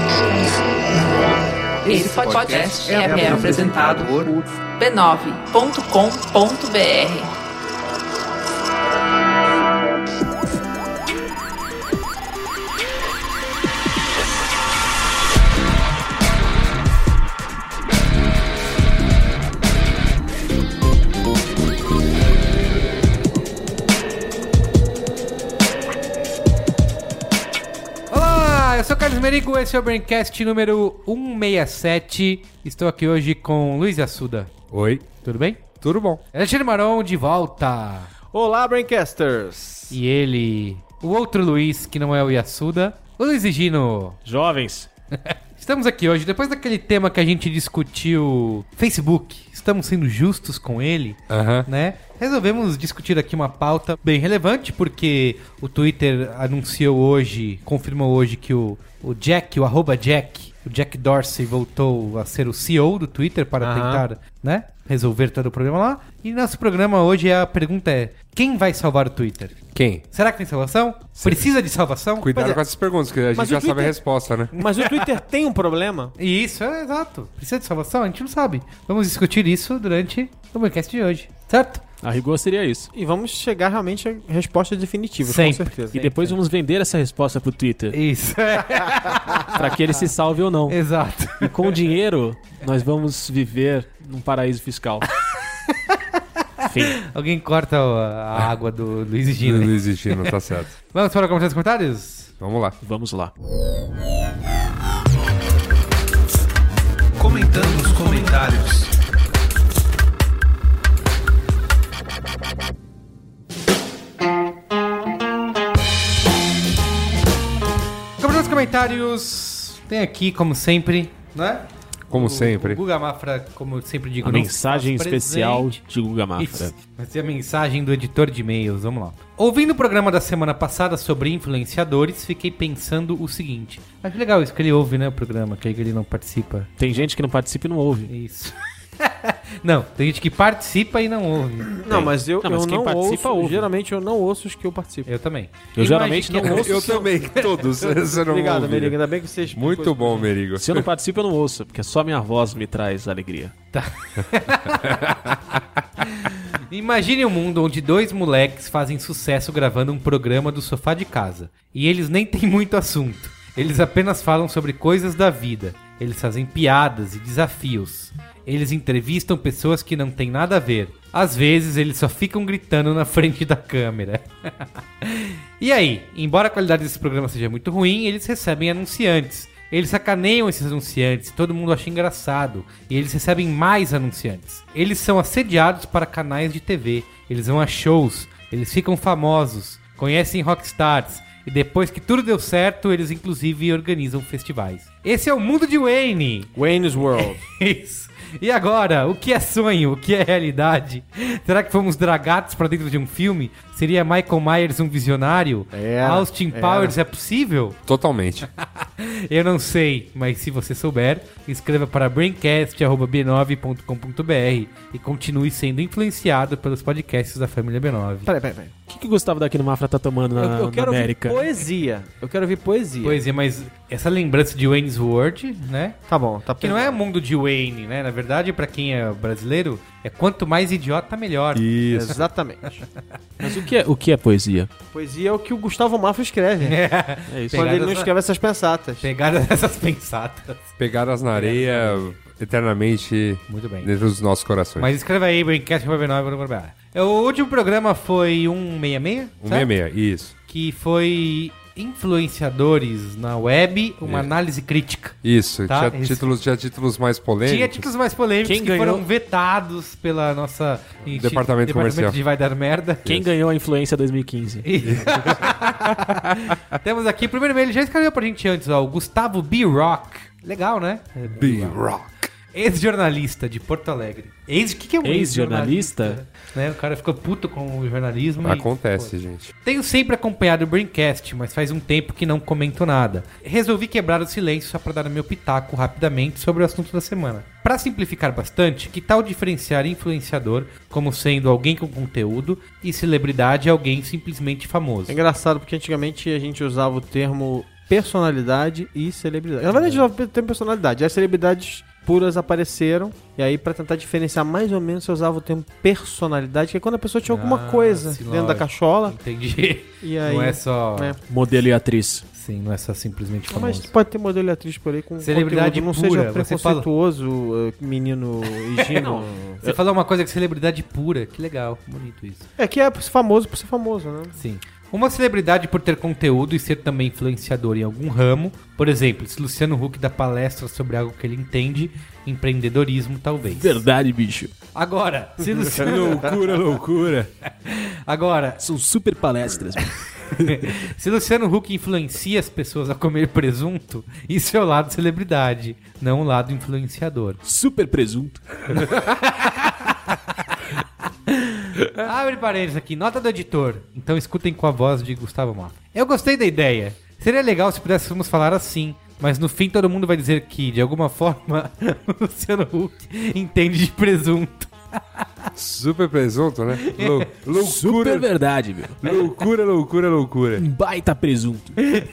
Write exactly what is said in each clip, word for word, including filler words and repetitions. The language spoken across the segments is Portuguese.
Esse podcast é, é apresentado por b nove ponto com ponto b r. Eu sou o Carlos Merigo, esse é o Braincast número cento e sessenta e sete. Estou aqui hoje com Luiz Assuda. Oi. Tudo bem? Tudo bom. Alexandre Maron de volta. Olá, Braincasters. E ele, o outro Luiz, que não é o Yasuda, o Luiz Gino. Jovens. Estamos aqui hoje, depois daquele tema que a gente discutiu, Facebook, estamos sendo justos com ele, Aham. né? Resolvemos discutir aqui uma pauta bem relevante, porque o Twitter anunciou hoje, confirmou hoje que o, o Jack, o arroba Jack, o Jack Dorsey voltou a ser o C E O do Twitter para Aham. tentar, né, resolver todo o problema lá. E nosso programa hoje, a pergunta é, quem vai salvar o Twitter? Quem? Será que tem salvação? Precisa de salvação? Cuidado Pois é. com essas perguntas, que a gente Mas já o sabe a Twitter- resposta, né? Mas o Twitter tem um problema? Isso, é exato. Precisa de salvação? A gente não sabe. Vamos discutir isso durante o podcast de hoje, certo? A rigor seria isso. E vamos chegar realmente a respostas definitivas, Sempre. com certeza. E depois vamos vender essa resposta pro Twitter, Isso, pra que ele se salve ou não. exato. E com o dinheiro, nós vamos viver num paraíso fiscal. Fim. Alguém corta a a água do Luiz e Gino. Luiz e Gino, tá certo. Vamos para comentar os comentários? Vamos lá. Vamos lá. Comentando os comentários. Comentando os comentários, tem aqui, como sempre, né? Como O- sempre. O Guga Mafra, como eu sempre digo, A não mensagem se faz especial presente. de Guga Mafra. Isso. Vai ser a mensagem do editor de e-mails. Vamos lá. Ouvindo o programa da semana passada sobre influenciadores, fiquei pensando o seguinte. Acho legal isso que ele ouve, né? O programa, que aí ele não participa. Tem gente que não participa e não ouve. Isso. Não, tem gente que participa e não ouve. Não, mas eu Não, não, mas eu quem não participa, ouço. ouve. Geralmente eu não ouço os que eu participo. Eu também. Eu geralmente Imagine não que- ouço. Eu também, todos. Você não Obrigado, ouve. Merigo. Ainda bem que vocês... Muito bom, Merigo. Se eu não participo, eu não ouço, porque só minha voz me traz alegria. Imagine um mundo onde dois moleques fazem sucesso gravando um programa do sofá de casa. E eles nem têm muito assunto. Eles apenas falam sobre coisas da vida. Eles fazem piadas e desafios. Eles entrevistam pessoas que não têm nada a ver. Às vezes, eles só ficam gritando na frente da câmera. E aí, embora a qualidade desse programa seja muito ruim, eles recebem anunciantes. Eles sacaneiam esses anunciantes, todo mundo acha engraçado. E eles recebem mais anunciantes. Eles são assediados para canais de T V. Eles vão a shows. Eles ficam famosos. Conhecem rockstars. E depois que tudo deu certo, eles inclusive organizam festivais. Esse é o mundo de Wayne. Wayne's World. Isso. E agora, o que é sonho? O que é realidade? Será que fomos dragados pra dentro de um filme? Seria Michael Myers um visionário? Era, Austin era. Powers é possível? Totalmente. Eu não sei, mas se você souber, escreva para braincast arroba b nove ponto com ponto b r e continue sendo influenciado pelos podcasts da família B nove. Peraí, peraí, peraí. O que, que o Gustavo daqui no Mafra tá tomando na, Eu, eu na quero América? ouvir poesia. Eu quero ouvir poesia. Pois é, mas essa lembrança de Wayne's World, né? Tá bom, tá Que não é o mundo de Wayne, né? Na verdade, pra quem é brasileiro, é quanto mais idiota, melhor. Isso. Exatamente. Mas o que é, o que é poesia? Poesia é o que o Gustavo Mafra escreve. É. É isso. Quando ele não Pegadas- escreve essas pensatas. Pegaram essas pensatas. Pegadas na areia eternamente Muito bem. dentro dos nossos corações. Mas escreva aí, braincast arroba b nove ponto com ponto b r. O último programa foi cento e sessenta e seis, Um certo? meia meia, isso. Que foi influenciadores na web, uma É. análise crítica. Isso. Tá, Tinha, esse- títulos, tinha títulos mais polêmicos. Tinha títulos mais polêmicos Quem que ganhou? foram vetados pela nossa... Departamento comercial. de Vai Dar Merda. Quem ganhou a influência dois mil e quinze? Temos aqui, o primeiro e-mail, ele já escreveu pra gente antes, ó, o Gustavo B. Rock. Legal, né? B-Rock. Ex-jornalista de Porto Alegre. Ex, o que, que é um Ex-jornalista? ex-jornalista? Né? O cara ficou puto com o jornalismo. e- Acontece, pô. gente. Tenho sempre acompanhado o Braincast, mas faz um tempo que não comento nada. Resolvi quebrar o silêncio só para dar o meu pitaco rapidamente sobre o assunto da semana. Para simplificar bastante, que tal diferenciar influenciador como sendo alguém com conteúdo e celebridade alguém simplesmente famoso? É engraçado porque antigamente a gente usava o termo personalidade e celebridade. Na verdade, já tem personalidade. As celebridades puras apareceram, e aí pra tentar diferenciar mais ou menos, você usava o termo personalidade, que é quando a pessoa tinha alguma Ah, coisa sim, dentro da lógico. cachola. Entendi. E aí, Não é só... né? Modelo e atriz. Sim, não é só simplesmente Mas famoso. pode ter modelo e atriz por aí com Celebridade conteúdo. pura, Não seja você fala- preconceituoso, uh, menino higino. Você falou uma coisa que celebridade pura. Que legal, bonito isso. É que é famoso por ser famoso, né? Sim. Uma celebridade por ter conteúdo e ser também influenciador em algum ramo. Por exemplo, se Luciano Huck dá palestra sobre algo que ele entende, empreendedorismo talvez. Verdade, bicho. Agora, se Luciano... Loucura, loucura. Agora, São super palestras. se Luciano Huck influencia as pessoas a comer presunto, isso é o lado celebridade, não o lado influenciador. Super presunto. Abre parênteses aqui, nota do editor. Então escutem com a voz de Gustavo Mafra. Eu gostei da ideia. Seria legal se pudéssemos falar assim, mas no fim todo mundo vai dizer que, de alguma forma, o Luciano Huck entende de presunto. Super presunto, né? Lou- loucura, Super verdade, meu. loucura, loucura, loucura. Um baita presunto.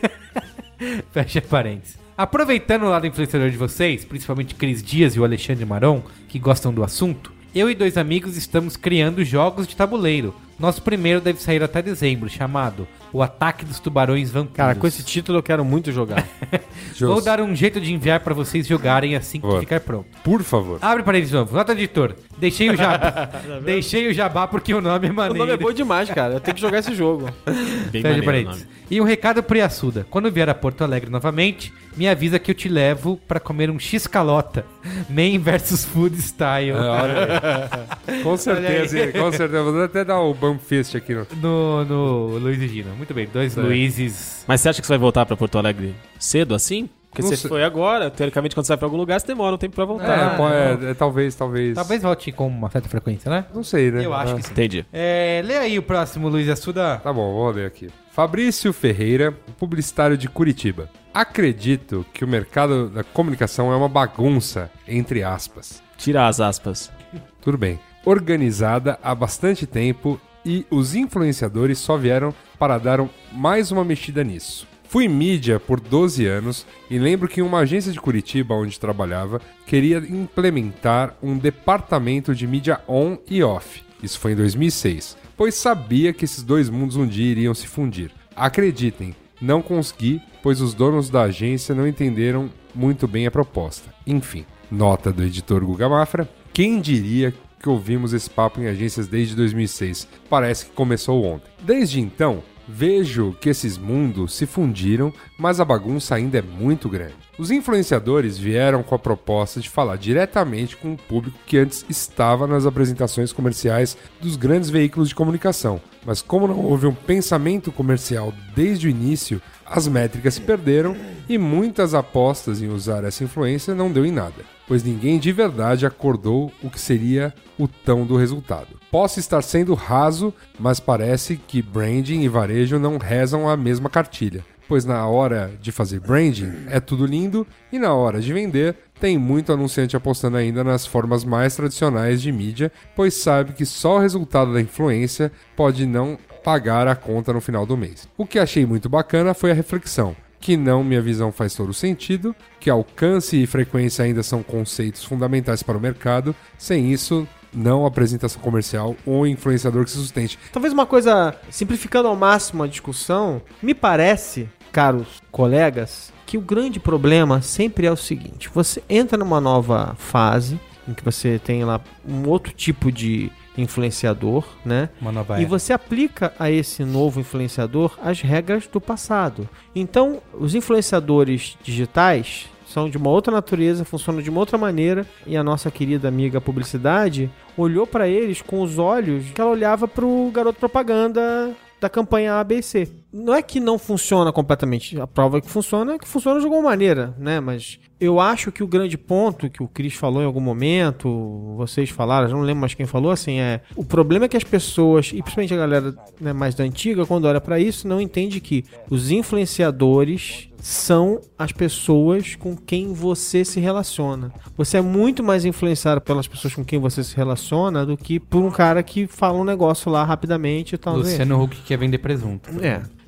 Fecha parênteses. Aproveitando o lado influenciador de vocês, principalmente Cris Dias e o Alexandre Maron, que gostam do assunto, eu e dois amigos estamos criando jogos de tabuleiro. Nosso primeiro deve sair até dezembro, chamado O Ataque dos Tubarões Vampiros. Cara, com esse título eu quero muito jogar. Vou Justo. dar um jeito de enviar pra vocês jogarem assim que Boa. ficar pronto. Por favor. Abre parênteses de novo. Nota editor. Deixei o jabá. Deixei o jabá porque o nome é O maneiro. nome é bom demais, cara. Eu tenho que jogar esse jogo. Bem Fecha maneiro o parênteses. nome. E um recado pro Yasuda. Quando vier a Porto Alegre novamente, me avisa que eu te levo pra comer um X-calota. Man versus Food Style. É, olha aí. Com certeza, com certeza. Vou até dar o Bump Fist aqui no. No, no Luiz e Gina. Muito bem. Dois É. Luizes. Mas você acha que você vai voltar pra Porto Alegre cedo assim? Porque Não você sei. foi agora, teoricamente, quando você vai pra algum lugar, você demora um tempo pra voltar. É, Ah, pô, é, é, talvez, talvez. Talvez volte com uma certa frequência, né? Não sei, né? Eu acho Ah, que sim. Entendi. É, lê aí o próximo, Luiz Yasuda. Tá bom, vou ler aqui. Fabrício Ferreira, publicitário de Curitiba. Acredito que o mercado da comunicação é uma bagunça, entre aspas. Tira as aspas. Tudo bem. Organizada há bastante tempo e os influenciadores só vieram para dar um- mais uma mexida nisso. Fui mídia por doze anos e lembro que uma agência de Curitiba onde trabalhava queria implementar um departamento de mídia on e off. Isso foi em dois mil e seis, pois sabia que esses dois mundos um dia iriam se fundir. Acreditem, não consegui, pois os donos da agência não entenderam muito bem a proposta. Enfim, nota do editor Guga Mafra. Quem diria que ouvimos esse papo em agências desde dois mil e seis? Parece que começou ontem. Desde então, vejo que esses mundos se fundiram, mas a bagunça ainda é muito grande. Os influenciadores vieram com a proposta de falar diretamente com o público que antes estava nas apresentações comerciais dos grandes veículos de comunicação. Mas como não houve um pensamento comercial desde o início, as métricas se perderam e muitas apostas em usar essa influência não deu em nada, pois ninguém de verdade acordou o que seria o tão do resultado. Posso estar sendo raso, mas parece que branding e varejo não rezam a mesma cartilha, pois na hora de fazer branding é tudo lindo e na hora de vender tem muito anunciante apostando ainda nas formas mais tradicionais de mídia, pois sabe que só o resultado da influência pode não pagar a conta no final do mês. O que achei muito bacana foi a reflexão, que não minha visão faz todo sentido, que alcance e frequência ainda são conceitos fundamentais para o mercado, sem isso não apresentação comercial ou influenciador que se sustente. Talvez uma coisa, simplificando ao máximo a discussão, me parece, caros colegas, que o grande problema sempre é o seguinte: você entra numa nova fase, em que você tem lá um outro tipo de influenciador, né? Uma nova E era. você aplica a esse novo influenciador as regras do passado. Então, os influenciadores digitais são de uma outra natureza, funcionam de uma outra maneira, e a nossa querida amiga publicidade olhou para eles com os olhos que ela olhava para o garoto propaganda da campanha A B C. Não é que não funciona completamente, a prova que funciona é que funciona de alguma maneira, né? Mas eu acho que o grande ponto que o Cris falou em algum momento, vocês falaram, já não lembro mais quem falou, assim, é o problema é que as pessoas, e principalmente a galera, né, mais da antiga, quando olha para isso, não entende que os influenciadores são as pessoas com quem você se relaciona. Você é muito mais influenciado pelas pessoas com quem você se relaciona do que por um cara que fala um negócio lá rapidamente e tal. Luciano Huck quer vender presunto. É.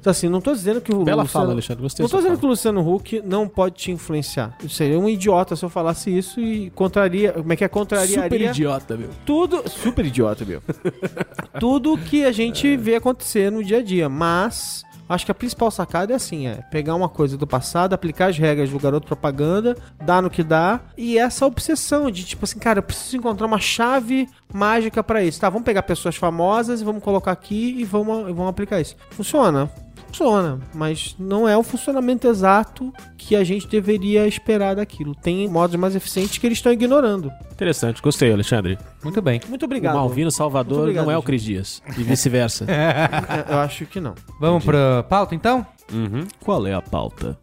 Então, assim, não tô dizendo que o Bela Luciano... fala, Alexandre. Gostei Não tô da sua dizendo que o Luciano Huck não pode te influenciar. Eu seria um idiota se eu falasse isso e contraria... Como é que é? fala. Contrariaria... Super idiota, meu. Tudo... Super idiota, meu. Tudo que a gente vê acontecer no dia a dia. Mas... Acho que a principal sacada é assim, é pegar uma coisa do passado, aplicar as regras do garoto propaganda, dar no que dá, e essa obsessão de tipo assim, cara, eu preciso encontrar uma chave mágica pra isso. Tá, vamos pegar pessoas famosas e vamos colocar aqui e vamos, e vamos aplicar isso. Funciona? Funciona, mas não é o funcionamento exato que a gente deveria esperar daquilo. Tem modos mais eficientes que eles estão ignorando. Interessante, gostei, Alexandre. Muito bem. Muito obrigado. O Malvino Salvador Muito obrigado, não é o gente. Cris Dias. E vice-versa. É, eu acho que não. Vamos pra pauta, então? Uhum. Qual é a pauta?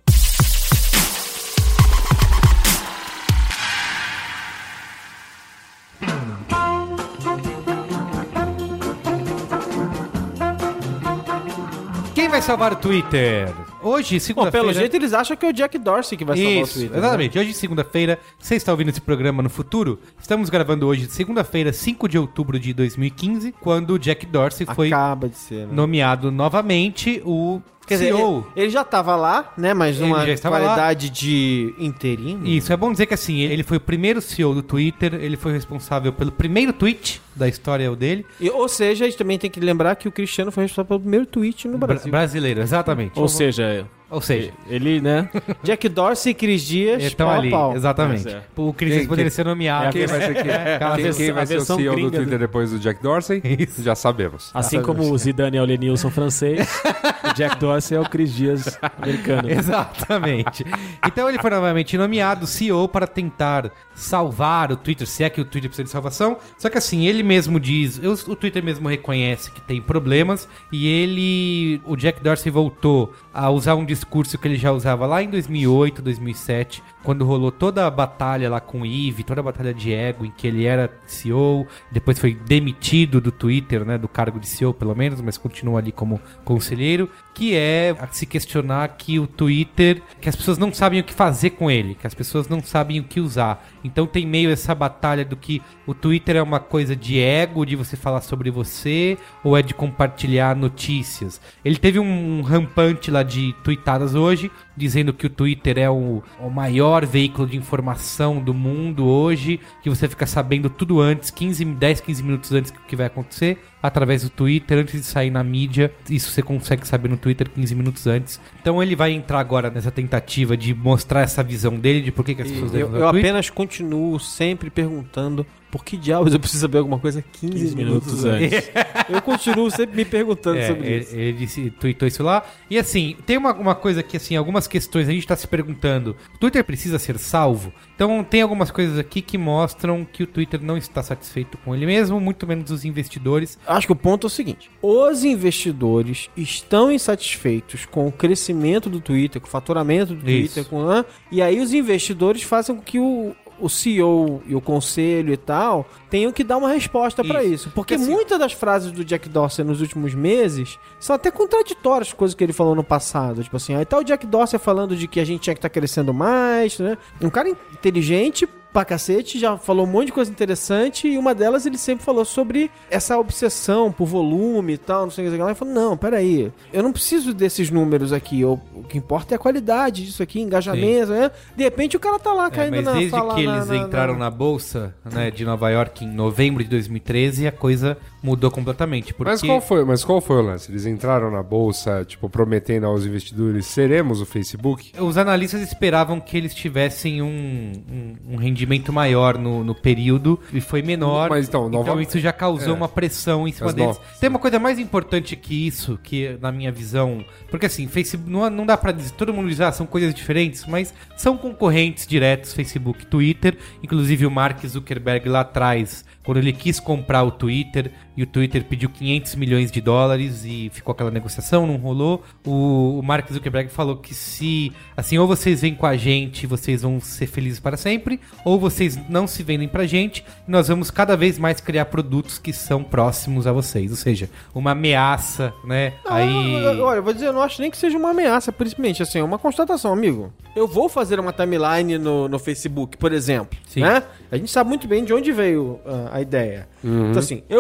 Quem vai salvar o Twitter? Hoje, Bom, segunda-feira... pelo jeito eles acham que é o Jack Dorsey que vai salvar Isso, o Twitter. né? exatamente. Hoje, segunda-feira, você está ouvindo esse programa no futuro. Estamos gravando hoje, segunda-feira, cinco de outubro de dois mil e quinze, quando o Jack Dorsey foi Acaba de ser, né? nomeado novamente o Quer C E dizer, O. ele, ele já tava lá, né? Mas Ele numa já estava qualidade de interino. Isso, é bom dizer que assim, ele foi o primeiro C E O do Twitter, ele foi responsável pelo primeiro tweet da história dele. E, ou seja, a gente também tem que lembrar que o Cristiano foi responsável pelo primeiro tweet no Bra- Brasil. brasileiro, exatamente. Ou seja, Ou seja, ele, né? Jack Dorsey e Cris Dias, estão pau a ali, pau. exatamente. Mas é. O Chris Quem- Dias poderia quem- ser nomeado. Quem vai ser, quem, aquela quem, vers- quem vai a ser o versão C E O do gringa Twitter depois do Jack Dorsey? Isso. Já sabemos. Assim como o Zidane é o Lenilson francês, o Jack Dorsey é o Cris Dias americano. Exatamente. Então ele foi novamente nomeado C E O para tentar salvar o Twitter, se é que o Twitter precisa de salvação. Só que assim, ele mesmo diz, eu- o Twitter mesmo reconhece que tem problemas e ele, o Jack Dorsey voltou a usar um discurso que ele já usava lá em dois mil e oito, dois mil e sete, quando rolou toda a batalha lá com o Eve, toda a batalha de ego em que ele era C E O, depois foi demitido do Twitter, né, do cargo de C E O pelo menos, mas continua ali como conselheiro, que é a se questionar que o Twitter, que as pessoas não sabem o que fazer com ele, que as pessoas não sabem o que usar. Então tem meio essa batalha do que o Twitter é uma coisa de ego, de você falar sobre você, ou é de compartilhar notícias. Ele teve um rampante lá de tweetadas hoje, dizendo que o Twitter é o, o maior veículo de informação do mundo hoje, que você fica sabendo tudo antes, quinze, dez, quinze minutos antes do que vai acontecer, através do Twitter, antes de sair na mídia. Isso você consegue saber no Twitter quinze minutos antes. Então ele vai entrar agora nessa tentativa de mostrar essa visão dele, de por que, que as pessoas E eu devem usar eu o Twitter. apenas continuo sempre perguntando por que diabos eu preciso saber alguma coisa quinze, quinze minutos, minutos antes. antes. Eu continuo sempre me perguntando É, sobre ele, isso. ele disse, tweetou isso lá. E assim, tem uma, uma coisa que, assim, algumas questões a gente tá se perguntando. O Twitter precisa ser salvo? Então tem algumas coisas aqui que mostram que o Twitter não está satisfeito com ele mesmo, muito menos os investidores. Acho que o ponto é o seguinte: os investidores estão insatisfeitos com o crescimento do Twitter, com o faturamento do Twitter, Isso. com, ah, e aí os investidores fazem com que o, o C E O e o conselho e tal tenham que dar uma resposta pra Isso. isso. Porque Porque, assim, muitas das frases do Jack Dorsey nos últimos meses são até contraditórias com coisas que ele falou no passado. Tipo assim, aí tá o Jack Dorsey falando de que a gente tinha que estar crescendo mais, né? Um cara inteligente pra cacete, já falou um monte de coisa interessante, e uma delas ele sempre falou sobre essa obsessão por volume e tal, não sei o que lá. Ele falou, não, peraí, eu não preciso desses números aqui, eu, o que importa é a qualidade disso aqui, engajamento, né? De repente o cara tá lá É, caindo mas na desde falar que na- eles na- entraram na... na bolsa, né, de Nova York em novembro de dois mil e treze, a coisa mudou completamente. Porque... Mas qual foi, mas qual foi o lance? Eles entraram na bolsa, tipo, prometendo aos investidores, seremos o Facebook? Os analistas esperavam que eles tivessem um, um, um rendimento maior no, no período e foi menor. Mas então, então nova- isso já causou é. uma pressão em cima Mas deles. não- Tem uma coisa mais importante que isso, que na minha visão... Porque assim, Facebook não, não dá pra dizer... Todo mundo diz, ah, são coisas diferentes, mas são concorrentes diretos, Facebook e Twitter. Inclusive o Mark Zuckerberg lá atrás, quando ele quis comprar o Twitter, e o Twitter pediu quinhentos milhões de dólares e ficou aquela negociação, não rolou. O, o Mark Zuckerberg falou que se, assim, ou vocês vêm com a gente, vocês vão ser felizes para sempre, ou vocês não se vendem pra gente, e nós vamos cada vez mais criar produtos que são próximos a vocês. Ou seja, uma ameaça, né? Não, Aí... eu- olha, eu vou dizer, eu não acho nem que seja uma ameaça, principalmente, assim, é uma constatação, amigo. Eu vou fazer uma timeline no, no Facebook, por exemplo, Sim. né? A gente sabe muito bem de onde veio uh, a ideia. Então, assim, eu vou fazer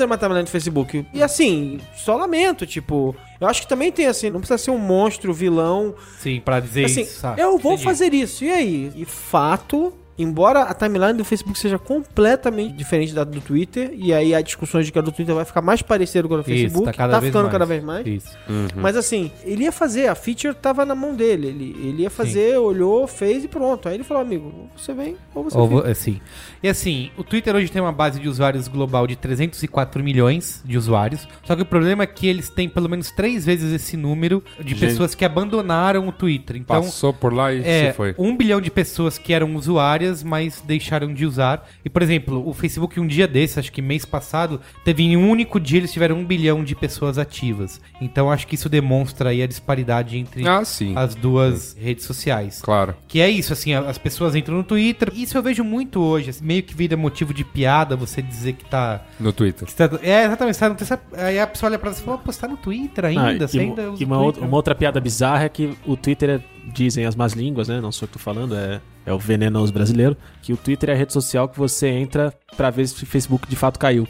fazer uma timeline do Facebook. E assim, só lamento, tipo... Eu acho que também tem assim, não precisa ser um monstro, vilão. Sim, pra dizer assim, isso. sabe? Eu vou Entendi. fazer isso, e aí? E fato... Embora a timeline do Facebook seja completamente diferente da do Twitter, e aí as discussões de que a do Twitter vai ficar mais parecida com a do Isso, Facebook, tá cada tá vez ficando mais. cada vez mais. Isso. Mas assim, ele ia fazer, a feature tava na mão dele, ele, ele ia fazer, olhou, fez e pronto. Aí ele falou, amigo, ou você vem ou você Ou fica. vo- assim. E assim, o Twitter hoje tem uma base de usuários global de trezentos e quatro milhões de usuários. Só que o problema é que eles têm pelo menos três vezes esse número de Gente. pessoas que abandonaram o Twitter. Então, Passou por lá e é, se foi. um bilhão de pessoas que eram usuárias, mas deixaram de usar. E, por exemplo, o Facebook um dia desse, acho que mês passado, teve em um único dia, eles tiveram um bilhão de pessoas ativas. Então, acho que isso demonstra aí a disparidade entre Ah, sim. as duas redes sociais. Claro. Que é isso, assim, as pessoas entram no Twitter. Isso eu vejo muito hoje. assim, meio que vira motivo de piada você dizer que tá. No Twitter. Que tá é, exatamente. Você tá no Twitter, aí a pessoa olha pra você e fala, pô, você tá no Twitter ainda? Ah, você e, ainda mo- usa e uma, o outra, Twitter?" uma outra piada bizarra é que o Twitter é, dizem as más línguas, né? Não sou eu que tô falando, é, é o venenoso brasileiro. Que o Twitter é a rede social que você entra pra ver se o Facebook de fato caiu.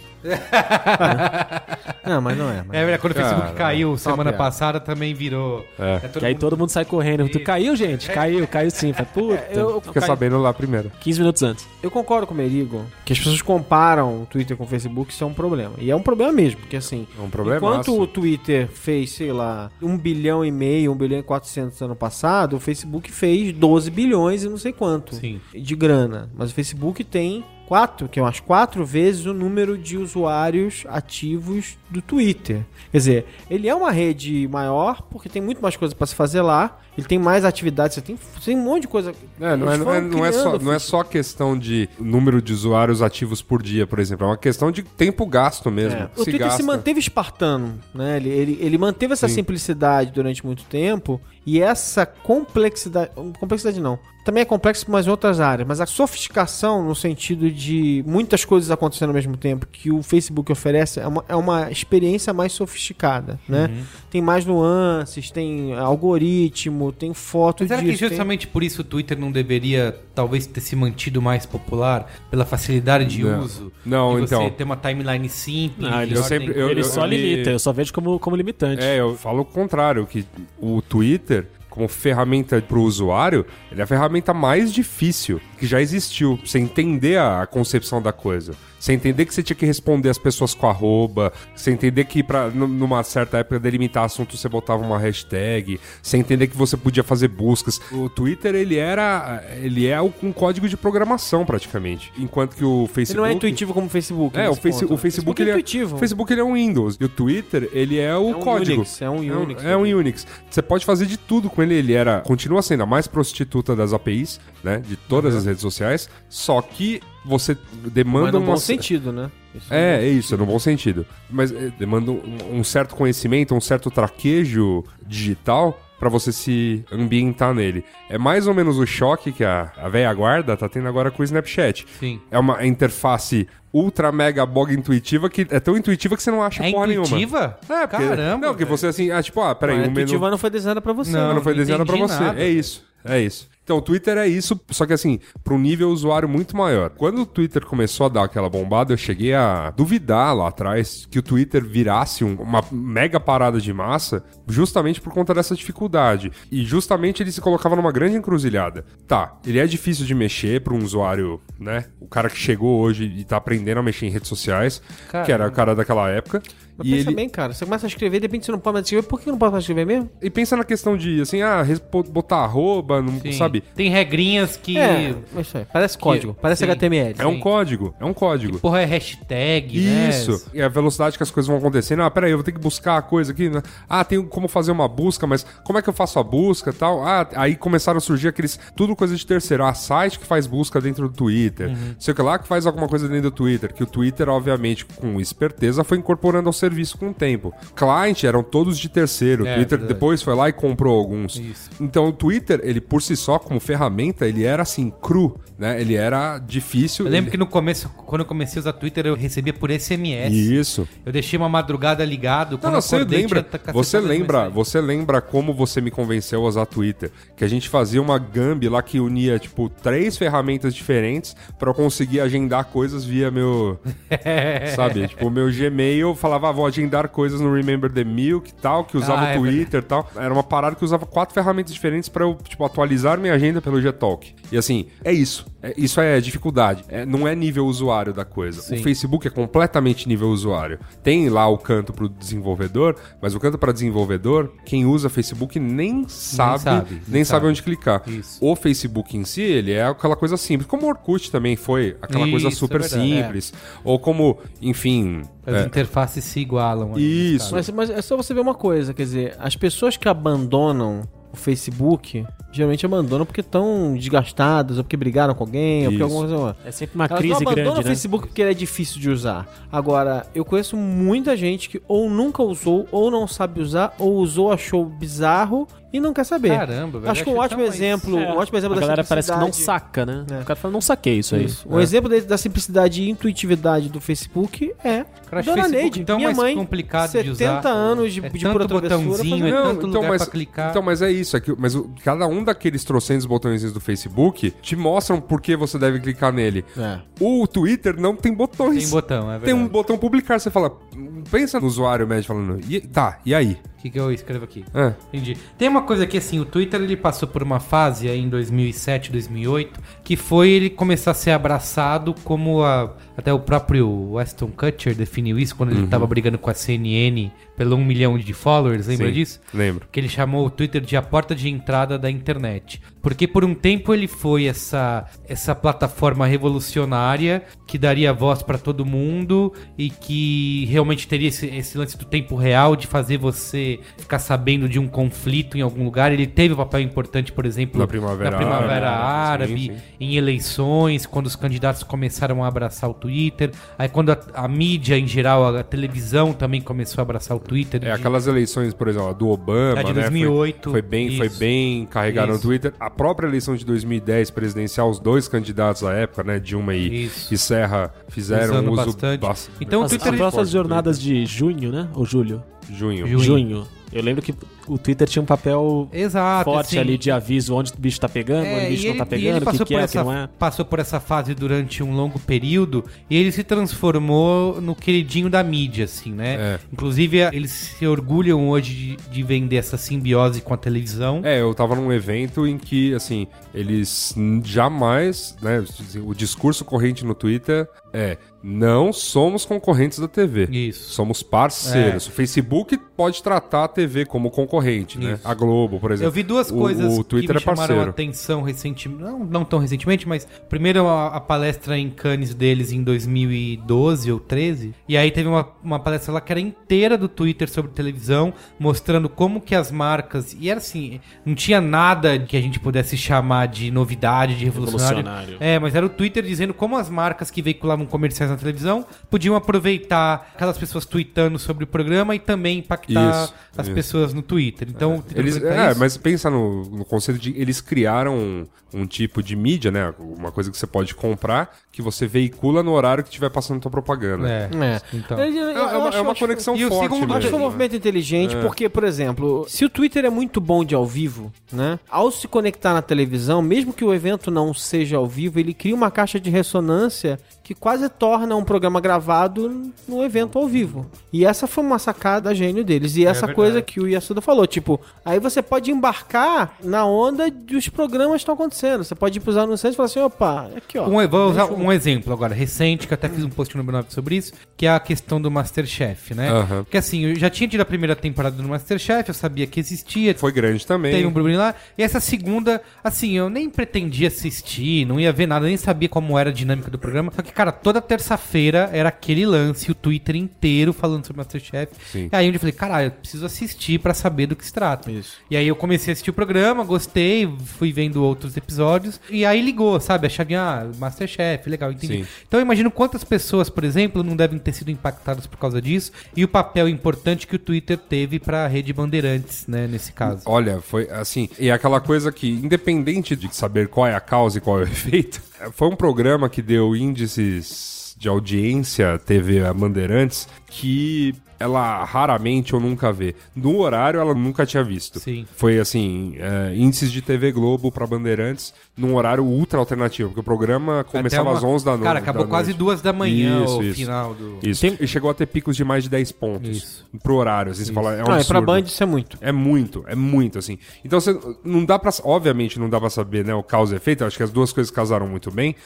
Não, mas não é. Mas... É verdade, quando o Facebook Cara, caiu semana piada. passada, também virou. É. todo Que aí mundo- todo mundo sai correndo. Tu caiu, gente? Caiu, caiu sim. Fala, puta, eu- eu- Fica Cai- sabendo lá primeiro. quinze minutos antes. Eu concordo com o Merigo que as pessoas comparam o Twitter com o Facebook, isso é um problema. E é um problema mesmo, porque assim, É um problema. enquanto o Twitter fez, sei lá, um bilhão e meio, um bilhão e quatrocentos ano passado, o Facebook fez doze bilhões e não sei quanto Sim. de grana. Mas o Facebook tem quatro, que é umas quatro vezes o número de usuários ativos do Twitter. Quer dizer, ele é uma rede maior porque tem muito mais coisa para se fazer lá. Ele tem mais atividades, você tem, você tem um monte de coisa. É, não, é, Eles não, é, foram não, é só, criando, não é só questão de número de usuários ativos por dia, por exemplo. É uma questão de tempo gasto mesmo. É. O Twitter gasta. se manteve espartano, né? Ele, ele, ele manteve essa Sim. simplicidade durante muito tempo e essa complexidade... Complexidade não. Também é complexo, mas em outras áreas. Mas a sofisticação, no sentido de muitas coisas acontecendo ao mesmo tempo, que o Facebook oferece, é uma, é uma experiência mais sofisticada, né? Uhum. Tem mais nuances, tem algoritmo, tem foto Mas será que disso. tem- justamente por isso o Twitter não deveria, talvez, ter se mantido mais popular? Pela facilidade de Não. uso? Não, de você então. ter uma timeline simples. Ah, de ele eu ordem- sempre- eu- Ele eu- só ele- limita, eu só vejo como, como limitante. É, eu falo o contrário, que o Twitter, como ferramenta para o usuário, ele é a ferramenta mais difícil que já existiu. Você entender a concepção da coisa. Você entender que você tinha que responder as pessoas com arroba. Você entender que pra, n- numa certa época delimitar assunto você botava uma hashtag. Você entender que você podia fazer buscas. O Twitter, ele era... Ele é um código de programação, praticamente. Enquanto que o Facebook... Ele não é intuitivo como o Facebook. É, o, nesse face, ponto, o né? Facebook, é ele é intuitivo. O Facebook ele é um Windows e o Twitter ele é o É um código. Unix, é um Unix. É um, é um Unix. Você pode fazer de tudo com ele. Ele era, continua sendo a mais prostituta das A P Is, né, de todas as redes sociais. Só que você demanda Mas no uma bom sentido, né? Isso é, é isso, é no bom sentido. Mas é, demanda um, um certo conhecimento, um certo traquejo digital pra você se ambientar nele. É mais ou menos o choque que a, a velha guarda tá tendo agora com o Snapchat. Sim. É uma interface ultra mega bog intuitiva que é tão intuitiva que você não acha É porra intuitiva? nenhuma. É, porque, Caramba, Não, porque velho. você assim, ah, tipo, ah, peraí, Não, a um menu... intuitiva não foi desenhada pra você. Não, não foi não desenhada pra entendi você. nada, é isso, é isso. Então, o Twitter é isso, só que assim, para um nível usuário muito maior. Quando o Twitter começou a dar aquela bombada, eu cheguei a duvidar lá atrás que o Twitter virasse um- uma mega parada de massa, justamente por conta dessa dificuldade. E justamente ele se colocava numa grande encruzilhada. Tá, ele é difícil de mexer para um usuário, né? O cara que chegou hoje e tá aprendendo a mexer em redes sociais, que era o cara daquela época. Mas e pensa ele... bem, cara. Você começa a escrever, de repente você não pode mais escrever. Por que não pode mais escrever mesmo? E pensa na questão de, assim, ah, respo- botar arroba, não, Sim. sabe? Tem regrinhas que... É, isso aí. Parece código. Parece sim. H T M L. É um código, é um código. Porra, é hashtag, né? Isso. E a velocidade que as coisas vão acontecendo. Ah, peraí, eu vou ter que buscar a coisa aqui. Né? Ah, tem como fazer uma busca, mas como é que eu faço a busca e tal? Ah, aí começaram a surgir aqueles... Tudo coisa de terceiro. Ah, site que faz busca dentro do Twitter. Uhum. Sei o que lá que faz alguma coisa dentro do Twitter. Que o Twitter, obviamente, com esperteza, foi incorporando ao serviço com o tempo. Client eram todos de terceiro. O É, Twitter verdade. depois foi lá e comprou alguns. Isso. Então o Twitter, ele por si só, como ferramenta, ele era assim, cru, né? Ele era difícil. Eu lembro ele... que no começo, quando eu comecei a usar Twitter, eu recebia por S M S. Isso. Eu deixei uma madrugada ligado. Não, Quando não, eu você acordei, lembra, tinha ta- você cacetada de lembra, mensagem. você lembra como você me convenceu a usar Twitter? Que a gente fazia uma Gambi lá que unia, tipo, três ferramentas diferentes pra eu conseguir agendar coisas via meu, sabe? Tipo, o meu Gmail, eu falava, ah, vou agendar coisas no Remember the Milk e tal, que usava Ah, é o Twitter e tal. Era uma parada que usava quatro ferramentas diferentes pra eu, tipo, atualizar minha agenda pelo Gtalk. E assim, é isso. É, isso é dificuldade. É, não é nível usuário da coisa. Sim. O Facebook é completamente nível usuário. Tem lá o canto pro desenvolvedor, mas o canto para desenvolvedor, quem usa Facebook nem sabe, sabe, nem, nem sabe sabe. onde clicar. Isso. O Facebook em si, ele é aquela coisa simples. Como o Orkut também foi aquela coisa Isso, super é verdade, simples. Ou como, enfim... As é, interfaces se igualam. ali, Isso. sabe? Mas, mas é só você ver uma coisa, quer dizer, as pessoas que abandonam o Facebook, geralmente abandonam porque estão desgastadas, ou porque brigaram com alguém, ou porque Isso. alguma coisa... É sempre uma Elas crise não abandonam grande, o né? Facebook porque ele é difícil de usar. Agora, eu conheço muita gente que ou nunca usou, ou não sabe usar, ou usou, achou bizarro e não quer saber. Caramba, velho. Acho que um Acho ótimo tão mais- exemplo, É, um ótimo exemplo a da galera parece que não simplicidade- saca, né? É. O cara fala, não saquei isso aí. Isso. Um exemplo de- da simplicidade e intuitividade do Facebook é Cara, acho Dona o Facebook Neide, tão minha mais mãe, complicado de usar. setenta anos de, É de tanto pura travessura. botãozinho, é fazendo- tanto lugar pra clicar. então, mas é isso. É que, mas o- cada um daqueles trocentos botõezinhos do Facebook te mostram por que você deve clicar nele. É. O Twitter não tem botões. Tem botão, é verdade. Tem um botão publicar. Você fala, pensa no usuário médio falando, e, tá, e aí? O que, que eu escrevo aqui? É. Entendi. Tem uma coisa que, assim, o Twitter ele passou por uma fase aí em dois mil e sete, dois mil e oito, que foi ele começar a ser abraçado como a... Até o próprio Weston Kutcher definiu isso quando ele tava brigando com a C N N pelo um milhão de followers, lembra Sim, disso? lembro. Que ele chamou o Twitter de a porta de entrada da internet. Porque por um tempo ele foi essa, essa plataforma revolucionária que daria voz pra todo mundo e que realmente teria esse, esse lance do tempo real de fazer você ficar sabendo de um conflito em algum lugar. Ele teve um papel importante, por exemplo, Na Primavera na Primavera Árabe, Árabe, sim, sim. em eleições, quando os candidatos começaram a abraçar o Twitter. Aí quando a, a mídia em geral, a, a televisão também começou a abraçar o Twitter. É, de- aquelas eleições, por exemplo, a do Obama, A de né? dois mil e oito, Foi, foi bem, foi isso. bem carregado no Isso. Twitter. A própria eleição de dois mil e dez presidencial, os dois candidatos à época, né, Dilma e, Isso. e Serra, fizeram Usando um uso bastante. bas- Então o As, Twitter as ele- próximas forte, jornadas de junho, né? Ou julho? junho. Junho. Junho. Eu lembro que o Twitter tinha um papel Exato, forte assim, ali de aviso onde o bicho tá pegando, onde o bicho e não tá ele- e ele pegando, o que, passou que por é, essa, que não é. passou por essa fase durante um longo período e ele se transformou no queridinho da mídia, assim, né? É. Inclusive, eles se orgulham hoje de, de vender essa simbiose com a televisão. É, eu tava num evento em que, assim, eles n- jamais, né, o discurso corrente no Twitter é, não somos concorrentes da T V. Isso. Somos parceiros. É. O Facebook pode tratar a T V como concorrente, né? Isso. A Globo, por exemplo. Eu vi duas O- coisas o Twitter que me é chamaram a parceiro. atenção recentemente, não, não tão recentemente, mas primeiro a, a palestra em Cannes deles em dois mil e doze ou treze, e aí teve uma, uma palestra lá que era inteira do Twitter sobre televisão, mostrando como que as marcas, e era assim, não tinha nada que a gente pudesse chamar de novidade, de revolucionário. Revolucionário. É, mas era o Twitter dizendo como as marcas que veiculavam comerciais na televisão podiam aproveitar aquelas pessoas tweetando sobre o programa e também impactar Isso, as isso. pessoas no Twitter. Então, o Twitter Eles, aproveitar é, isso. mas pensa no, no conceito de eles criaram um, um tipo de mídia, né? Uma coisa que você pode comprar que você veicula no horário que estiver passando tua propaganda. É, É. então. Eu- eu- É, eu é uma, acho- é uma acho- conexão E o forte segundo- Acho que foi um mesmo. movimento inteligente, porque, por exemplo, se o Twitter é muito bom de ao vivo, né? Ao se conectar na televisão, mesmo que o evento não seja ao vivo, ele cria uma caixa de ressonância que quase torna um programa gravado no evento ao vivo. E essa foi uma sacada gênio deles. E essa verdade. coisa que o Yasuda falou, tipo, aí você pode embarcar na onda dos programas que estão acontecendo. Você pode ir pros anunciantes e falar assim, opa, aqui ó. Um, vou usar um exemplo agora, recente, que eu até fiz um post no B nove sobre isso, que é a questão do Masterchef, né? Aham. Porque assim, eu já tinha tido a primeira temporada do Masterchef, eu sabia que existia, Foi grande também. teve um burburinho lá. E essa segunda, assim, eu nem pretendia assistir, não ia ver nada, nem sabia como era a dinâmica do programa. Só que, cara, toda terça terça-feira era aquele lance, o Twitter inteiro falando sobre Masterchef. Sim. E aí eu falei, caralho, eu preciso assistir pra saber do que se trata. Isso. E aí eu comecei a assistir o programa, gostei, fui vendo outros episódios. E aí ligou, sabe? A chavinha, ah, Masterchef, legal, entendi. Sim. Então eu imagino quantas pessoas, por exemplo, não devem ter sido impactadas por causa disso. E o papel importante que o Twitter teve pra Rede Bandeirantes, né, nesse caso. Olha, foi assim, e aquela coisa que, independente de saber qual é a causa e qual é o efeito, foi um programa que deu índices de audiência T V a Bandeirantes que ela raramente ou nunca vê. No horário, ela nunca tinha visto. Sim. Foi assim, é, índices de T V Globo pra Bandeirantes num horário ultra alternativo, porque o programa começava Até às uma- onze da noite. Cara, acabou da quase noite. duas da manhã Isso, o isso. final do... Isso. Tem- E chegou a ter picos de mais de dez pontos Isso. pro horário. Assim, você fala, é um Não, é pra absurdo. Band isso é muito. É muito, é muito, assim. Então, você não dá pra... Obviamente, não dá pra saber, né, o causa e efeito. Eu acho que as duas coisas casaram muito bem.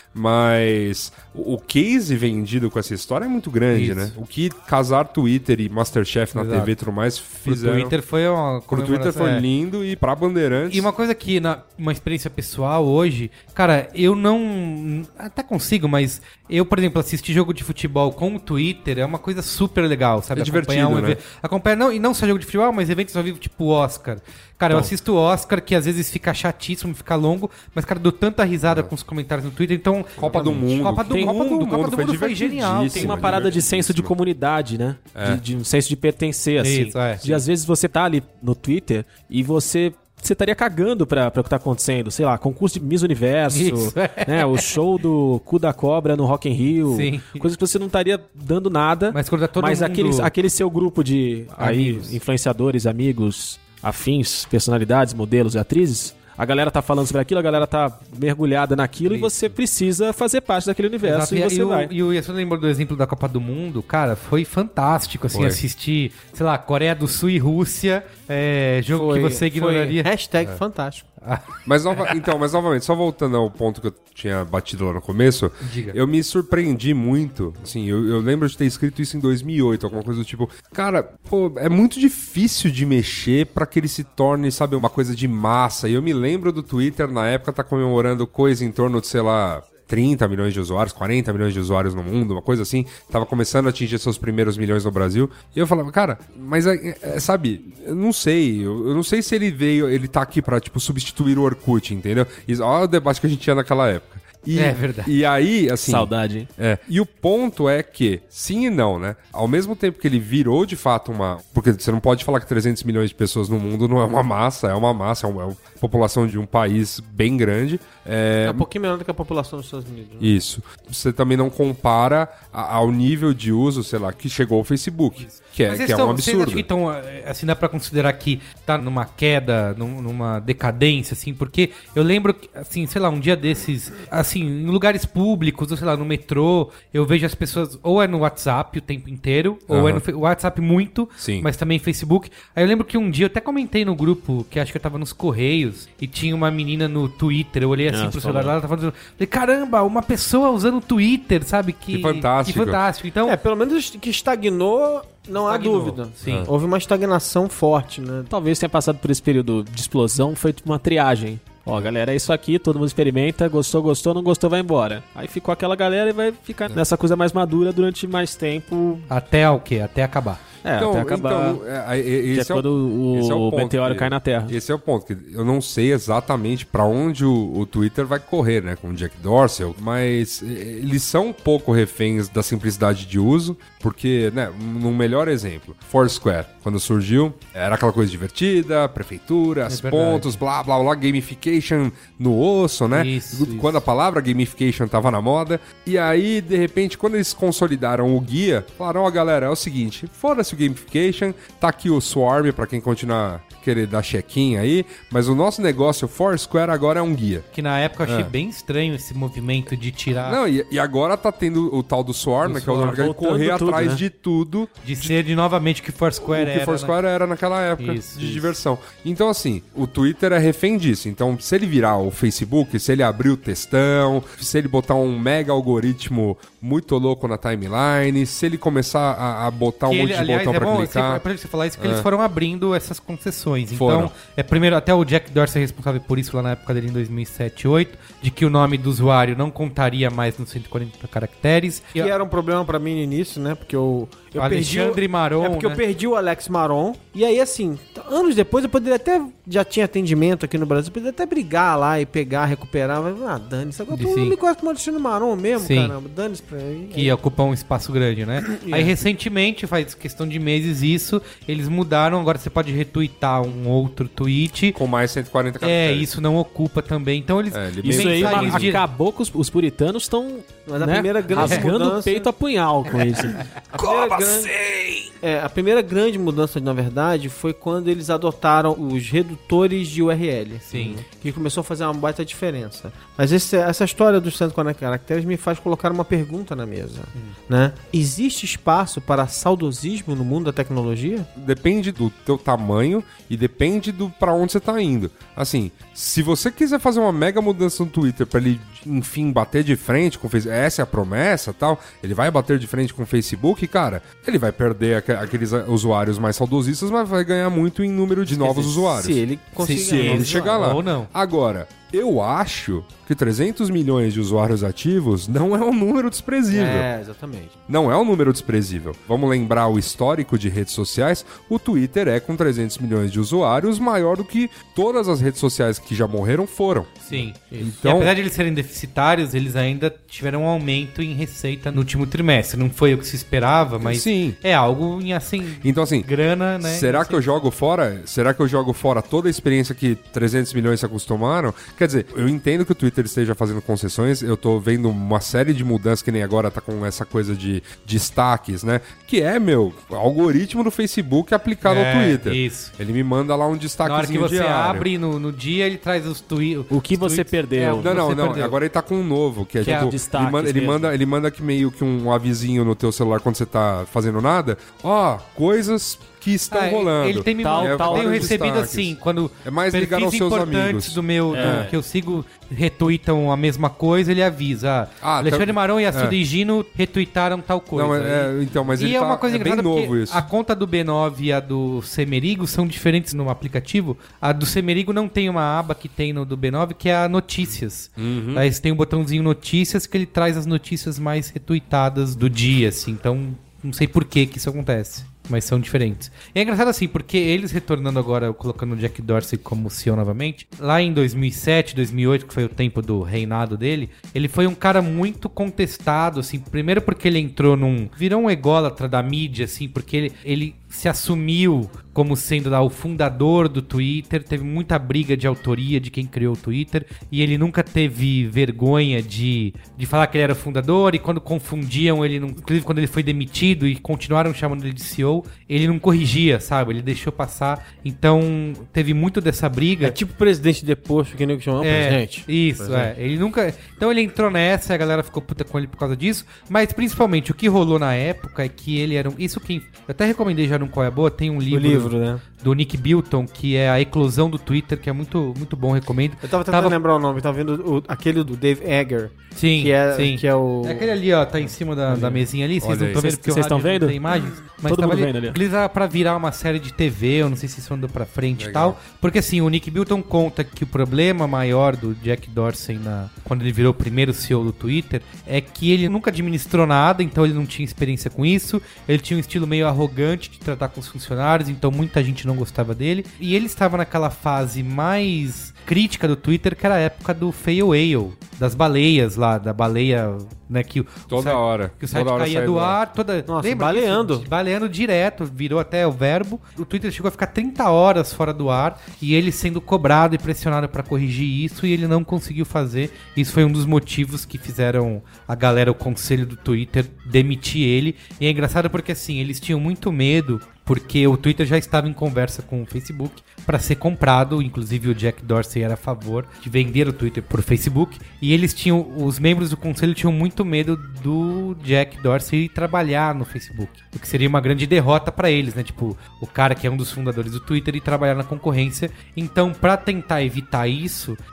Mas o o case vendido com essa história é muito grande, Isso. né? O que casar Twitter e Masterchef na Exato. T V e tudo mais Pro fizeram... Twitter foi uma Pro Twitter foi comemoração, é. lindo e pra Bandeirantes... E uma coisa que, na uma experiência pessoal hoje, cara, eu não. Até consigo, mas eu, por exemplo, assistir jogo de futebol com o Twitter é uma coisa super legal, sabe? É divertido, um né? evento. Acompanhar, não, e não só jogo de futebol, mas eventos ao vivo tipo Oscar. Cara, eu assisto o Oscar, que às vezes fica chatíssimo, fica longo, mas, cara, dou tanta risada com os comentários no Twitter, então. Copa do Mundo. Copa do Tem- Mundo, Copa do Copa Mundo do foi Mundo foi genial. divertidíssimo. Tem uma Sim, parada de senso de divertidíssimo. comunidade, né? É. De, de um senso de pertencer, assim. Isso, é. De às vezes você tá ali no Twitter e você. Você estaria cagando pra, pra o que tá acontecendo. Sei lá, concurso de Miss Universo, Isso, é. né? O show do Cu da Cobra no Rock in Rio. Sim. Coisas que você não estaria dando nada. Mas quando tá todo mas mundo- aquele, aquele seu grupo de aí, Amigos. influenciadores, amigos, afins, personalidades, modelos e atrizes, a galera tá falando sobre aquilo, a galera tá mergulhada naquilo e você precisa fazer parte daquele universo Exato, e você e, o- vai. E o Yasuo lembrou do exemplo da Copa do Mundo, cara, foi fantástico, assim, Foi. assistir, sei lá, Coreia do Sul e Rússia, é, jogo que você ignoraria. Foi hashtag fantástico. Mas nova- então, mas novamente, só voltando ao ponto que eu tinha batido lá no começo, Diga. eu me surpreendi muito. Assim, eu, eu lembro de ter escrito isso em dois mil e oito, alguma coisa do tipo. Cara, pô, é muito difícil de mexer pra que ele se torne, sabe, uma coisa de massa. E eu me lembro do Twitter na época tá comemorando coisa em torno de, sei lá, trinta milhões de usuários, quarenta milhões de usuários no mundo, uma coisa assim. Tava começando a atingir seus primeiros milhões no Brasil. E eu falava, cara, mas é, é, sabe, eu não sei. Eu, eu não sei se ele veio, ele tá aqui pra, tipo, substituir o Orkut, entendeu? Isso, olha o debate que a gente tinha naquela época. E, É verdade. E aí, assim... Saudade, hein? É. E o ponto é que, sim e não, né? Ao mesmo tempo que ele virou de fato uma. Porque você não pode falar que trezentos milhões de pessoas no mundo não é uma massa, é uma massa, é uma, é uma população de um país bem grande. É, É um pouquinho menor do que a população dos Estados Unidos. né? isso. Você também não compara a- ao nível de uso, sei lá, que chegou ao Facebook, que é, Mas que eles é um tão- Vocês absurdo. acham que então, assim, dá pra considerar que tá numa queda, num- numa decadência, assim, porque eu lembro, que, assim, sei lá, um dia desses, assim, em lugares públicos, ou sei lá, no metrô, eu vejo as pessoas, ou é no WhatsApp o tempo inteiro, ou Aham. é no Fe- WhatsApp muito, Sim. mas também Facebook. Aí eu lembro que um dia eu até comentei no grupo, que acho que eu tava nos Correios, e tinha uma menina no Twitter, eu olhei assim Ah, pro você celular falou. lá, ela tava falando, falei, caramba, uma pessoa usando o Twitter, sabe? Que, Que fantástico. Que fantástico. Então, É, pelo menos que estagnou, não há Estagnou, dúvida. sim. Houve uma estagnação forte, né? Talvez tenha passado por esse período de explosão, foi tipo uma triagem. Ó, galera, é isso aqui, todo mundo experimenta, gostou, gostou, não gostou, vai embora. Aí ficou aquela galera e vai ficar nessa coisa mais madura durante mais tempo. até o quê? Até acabar. É, até acabar. então, é, é, que é esse é o- quando o, esse é o o ponto, meteoro que- cai na Terra. Esse é o ponto, que eu não sei exatamente pra onde o, o Twitter vai correr, né, com o Jack Dorsey, mas eh, eles são um pouco reféns da simplicidade de uso, porque, né, num melhor exemplo, Foursquare, quando surgiu, era aquela coisa divertida, prefeitura, as verdade. pontos, blá, blá, blá, gamification no osso, né, Isso, quando a palavra gamification tava na moda, e aí, de repente, quando eles consolidaram o guia, falaram, ó, galera, é o seguinte, foda-se o gamification, tá aqui o Swarm pra quem continuar querer dar check-in aí, mas o nosso negócio, o Foursquare, agora é um guia. Que na época eu achei É. bem estranho esse movimento de tirar, Não, e, e agora tá tendo o tal do Swarm, Do né, que é o Swarm, nome que é voltando correr tudo, atrás né? de tudo de ser de novamente que Foursquare o que era. Foursquare né? era naquela época Isso, de isso. diversão. Então, assim, o Twitter é refém disso. Então, se ele virar o Facebook, se ele abrir o textão, se ele botar um mega algoritmo muito louco na timeline, se ele começar a, a botar um Que monte ele, de aliás, botão é pra bom, clicar... é pra você falar isso, que É. eles foram abrindo essas concessões. discussões. Foram. Então, é primeiro, até o Jack Dorsey é responsável por isso lá na época dele em dois mil e sete, dois mil e oito, de que o nome do usuário não contaria mais nos cento e quarenta caracteres. Que era um problema pra mim no início, né? Porque eu, eu Alexandre perdi o, Maron, É porque né? eu perdi o Alex Maron. E aí, assim, anos depois eu poderia até... Já tinha atendimento aqui no Brasil. Eu poderia até brigar lá e pegar, recuperar. Mas, ah, dane-se. Agora todo Sim. mundo me conhece como Alexandre Maron mesmo, Sim. caramba. Dane-se pra mim. Que ocupa um espaço grande, né? Aí, recentemente, faz questão de meses isso, eles mudaram. Agora você pode retweetar um outro tweet. Com mais cento e quarenta É, caracteres. isso não ocupa também. Então, eles... É, ele Isso aí mensagens ma- de- acabou com os, os puritanos estão Mas a primeira grande rasgando mudança- o peito a punhal com isso. A primeira grande- É, a primeira grande mudança, na verdade, foi quando eles adotaram os redutores de U R L. Sim. Que começou a fazer uma baita diferença. Mas esse- essa história dos cento e quarenta caracteres me faz colocar uma pergunta na mesa. Né? Existe espaço para saudosismo no mundo da tecnologia? Depende do teu tamanho e depende do pra onde você tá indo. Assim, se você quiser fazer uma mega mudança no Twitter pra ele, enfim, bater de frente com o Facebook, essa é a promessa, tal, ele vai bater de frente com o Facebook, cara, ele vai perder aqu- aqueles uh, usuários mais saudosistas, mas vai ganhar muito em número de novos usuários. Se ele conseguir. Se ele chegar lá. Ou não. Agora, eu acho que trezentos milhões de usuários ativos não é um número desprezível. É, exatamente. Não é um número desprezível. Vamos lembrar o histórico de redes sociais. O Twitter é, com trezentos milhões de usuários, maior do que todas as redes sociais que já morreram foram. Sim. Então- E apesar de eles serem deficitários, eles ainda tiveram um aumento em receita no último trimestre. Não foi o que se esperava, mas Sim. é algo em, assim, Então, assim, grana, né? será que eu jogo fora? Será que eu jogo fora toda a experiência que trezentos milhões se acostumaram? Quer dizer, eu entendo que o Twitter esteja fazendo concessões, eu tô vendo uma série de mudanças, que nem agora tá com essa coisa de destaques, né? Que é, meu, algoritmo do Facebook aplicado É, ao Twitter. isso. Ele me manda lá um Na hora que destaquezinho você diário. abre no, no dia, ele traz os tweets. O que você perdeu. Não, não, Você não. perdeu. Agora ele tá com um novo, que é Que é tipo. destaques ele, manda, ele, mesmo. manda, ele manda que meio que um avisinho no teu celular quando você tá fazendo nada. Ó, coisas que estão Ah, rolando. Ele tem me Tal, mandado, tal, eu tenho vários recebido destaques. assim, quando É mais ligado aos perfis seus importantes amigos. do meu, do- É. que eu sigo retweetam a mesma coisa, ele avisa. Ah, Ah, Alexandre tá- Maron e a é. Suda Gino retweetaram tal coisa. Não, é, é, então, mas e ele é tá, uma coisa é bem engraçada novo porque isso. a conta do B nove e a do Semerigo são diferentes no aplicativo. A do Semerigo não tem uma aba que tem no do B nove, que é a Notícias. Uhum. Aí você tem um botãozinho Notícias que ele traz as notícias mais retweetadas do dia, assim. Então, não sei por que que isso acontece. Mas são diferentes. E é engraçado assim, porque eles retornando agora, colocando o Jack Dorsey como C E O novamente, lá em dois mil e sete, dois mil e oito, que foi o tempo do reinado dele, ele foi um cara muito contestado, assim, primeiro porque ele entrou num... virou um ególatra da mídia, assim, porque ele, ele se assumiu como sendo lá o fundador do Twitter, teve muita briga de autoria de quem criou o Twitter, e ele nunca teve vergonha de, de falar que ele era o fundador, e quando confundiam ele, não, inclusive quando ele foi demitido e continuaram chamando ele de C E O, ele não corrigia, sabe? Ele deixou passar, então teve muito dessa briga. É tipo presidente deposto, que nem que chama É, presidente. Isso, Presidente. é. Ele nunca. Então ele entrou nessa, a galera ficou puta com ele por causa disso. Mas principalmente o que rolou na época é que ele era um. Isso quem. Eu até recomendei já no Qual é Boa, tem um O livro, livro, né? do Nick Bilton, que é A Eclosão do Twitter, que é muito, muito bom, recomendo. Eu tava tentando Tava- lembrar o nome, tava vendo o- aquele do Dave Egger. Sim, que é, sim. Que é o... É aquele ali, ó, tá em cima da, da mesinha ali, vocês Olha não aí. estão vendo Vocês- porque o vocês rádio estão não vendo? tem imagens. Mas Todo tava mundo ali, vendo ali. eles era pra virar uma série de T V, eu não sei se isso andou pra frente Legal. e tal. Porque assim, o Nick Bilton conta que o problema maior do Jack Dorsey na, quando ele virou o primeiro C E O do Twitter é que ele nunca administrou nada, então ele não tinha experiência com isso. Ele tinha um estilo meio arrogante de tratar com os funcionários, então muita gente não gostava dele. E ele estava naquela fase mais crítica do Twitter, que era a época do fail whale, das baleias lá, da baleia, né, que o Toda o site- hora. que o site Toda hora caía sai do do ar, ar. toda... Nossa, Lembra baleando. disso? Baleando direto, virou até o verbo. O Twitter chegou a ficar trinta horas fora do ar e ele sendo cobrado e pressionado pra corrigir isso e ele não conseguiu fazer. Isso foi um dos motivos que fizeram a galera, o conselho do Twitter, demitir ele. E é engraçado porque assim, eles tinham muito medo porque o Twitter já estava em conversa com o Facebook para ser comprado, inclusive o Jack Dorsey era a favor de vender o Twitter por Facebook, e eles tinham, os membros do conselho tinham muito medo do Jack Dorsey ir trabalhar no Facebook, o que seria uma grande derrota para eles, né? Tipo, o cara que é um dos fundadores do Twitter e trabalhar na concorrência. Então, para tentar evitar isso,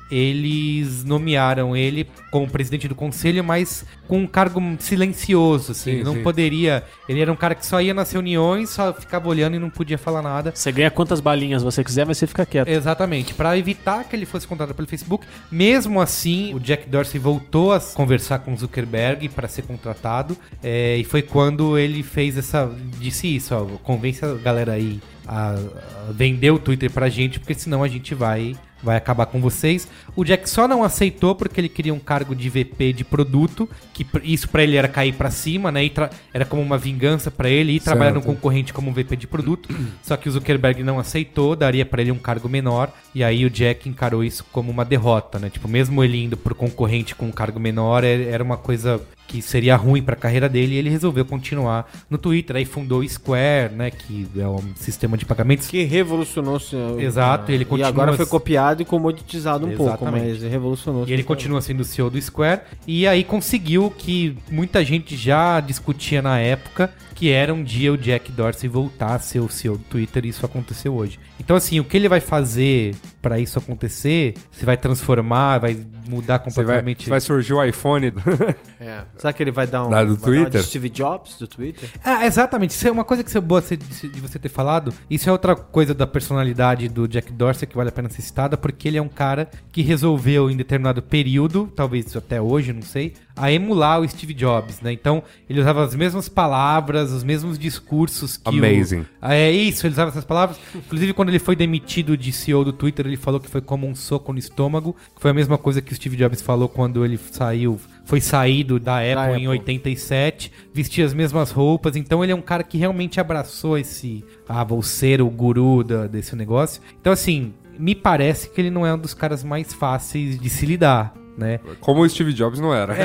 eles nomearam ele como presidente do conselho, mas com um cargo silencioso, assim. Sim, Ele não sim. poderia... Ele era um cara que só ia nas reuniões, só ficava olhando e não podia falar nada. Você ganha quantas balinhas você quiser, mas você fica quieto. Exatamente, para evitar que ele fosse contratado pelo Facebook. Mesmo assim, o Jack Dorsey voltou a conversar com o Zuckerberg para ser contratado, é, e foi quando ele fez essa... Disse isso, ó, convence a galera aí a, a vender o Twitter pra gente, porque senão a gente vai... vai acabar com vocês. O Jack só não aceitou porque ele queria um cargo de V P de produto, que isso pra ele era cair pra cima, né? E tra- era como uma vingança pra ele ir trabalhar num concorrente como V P de produto. Só que o Zuckerberg não aceitou, daria pra ele um cargo menor. E aí o Jack encarou isso como uma derrota, né? Tipo, mesmo ele indo pro concorrente com um cargo menor, era uma coisa que seria ruim pra carreira dele, e ele resolveu continuar no Twitter. Aí fundou o Square, né? Que é um sistema de pagamentos. Que revolucionou o Exato, ele continua... E agora foi copiado e comoditizado um Exatamente. pouco, mas revolucionou. E ele continua sendo o C E O do Square. E aí conseguiu que muita gente já discutia na época, que era um dia o Jack Dorsey voltar a ser o C E O do Twitter, e isso aconteceu hoje. Então assim, o que ele vai fazer pra isso acontecer? Se vai transformar, vai mudar Você vai, completamente... vai surgir o iPhone. É. Será que ele vai dar um... Lá do vai dar uma Twitter? de Steve Jobs do Twitter? Ah, exatamente. Isso é uma coisa que é boa de de você ter falado. Isso é outra coisa da personalidade do Jack Dorsey que vale a pena ser citada, porque ele é um cara que resolveu, em determinado período, talvez até hoje, não sei, a emular o Steve Jobs, né? Então, ele usava as mesmas palavras, os mesmos discursos que Amazing. o... Ah, é isso, ele usava essas palavras. Inclusive, quando ele foi demitido de C E O do Twitter, ele falou que foi como um soco no estômago, que foi a mesma coisa que o Steve Jobs falou quando ele saiu... Foi saído da Apple, Da em Apple. oitenta e sete, vestia as mesmas roupas, então ele é um cara que realmente abraçou esse, ah, vou ser o guru da, desse negócio. Então assim, me parece que ele não é um dos caras mais fáceis de se lidar, né? Como o Steve Jobs não era.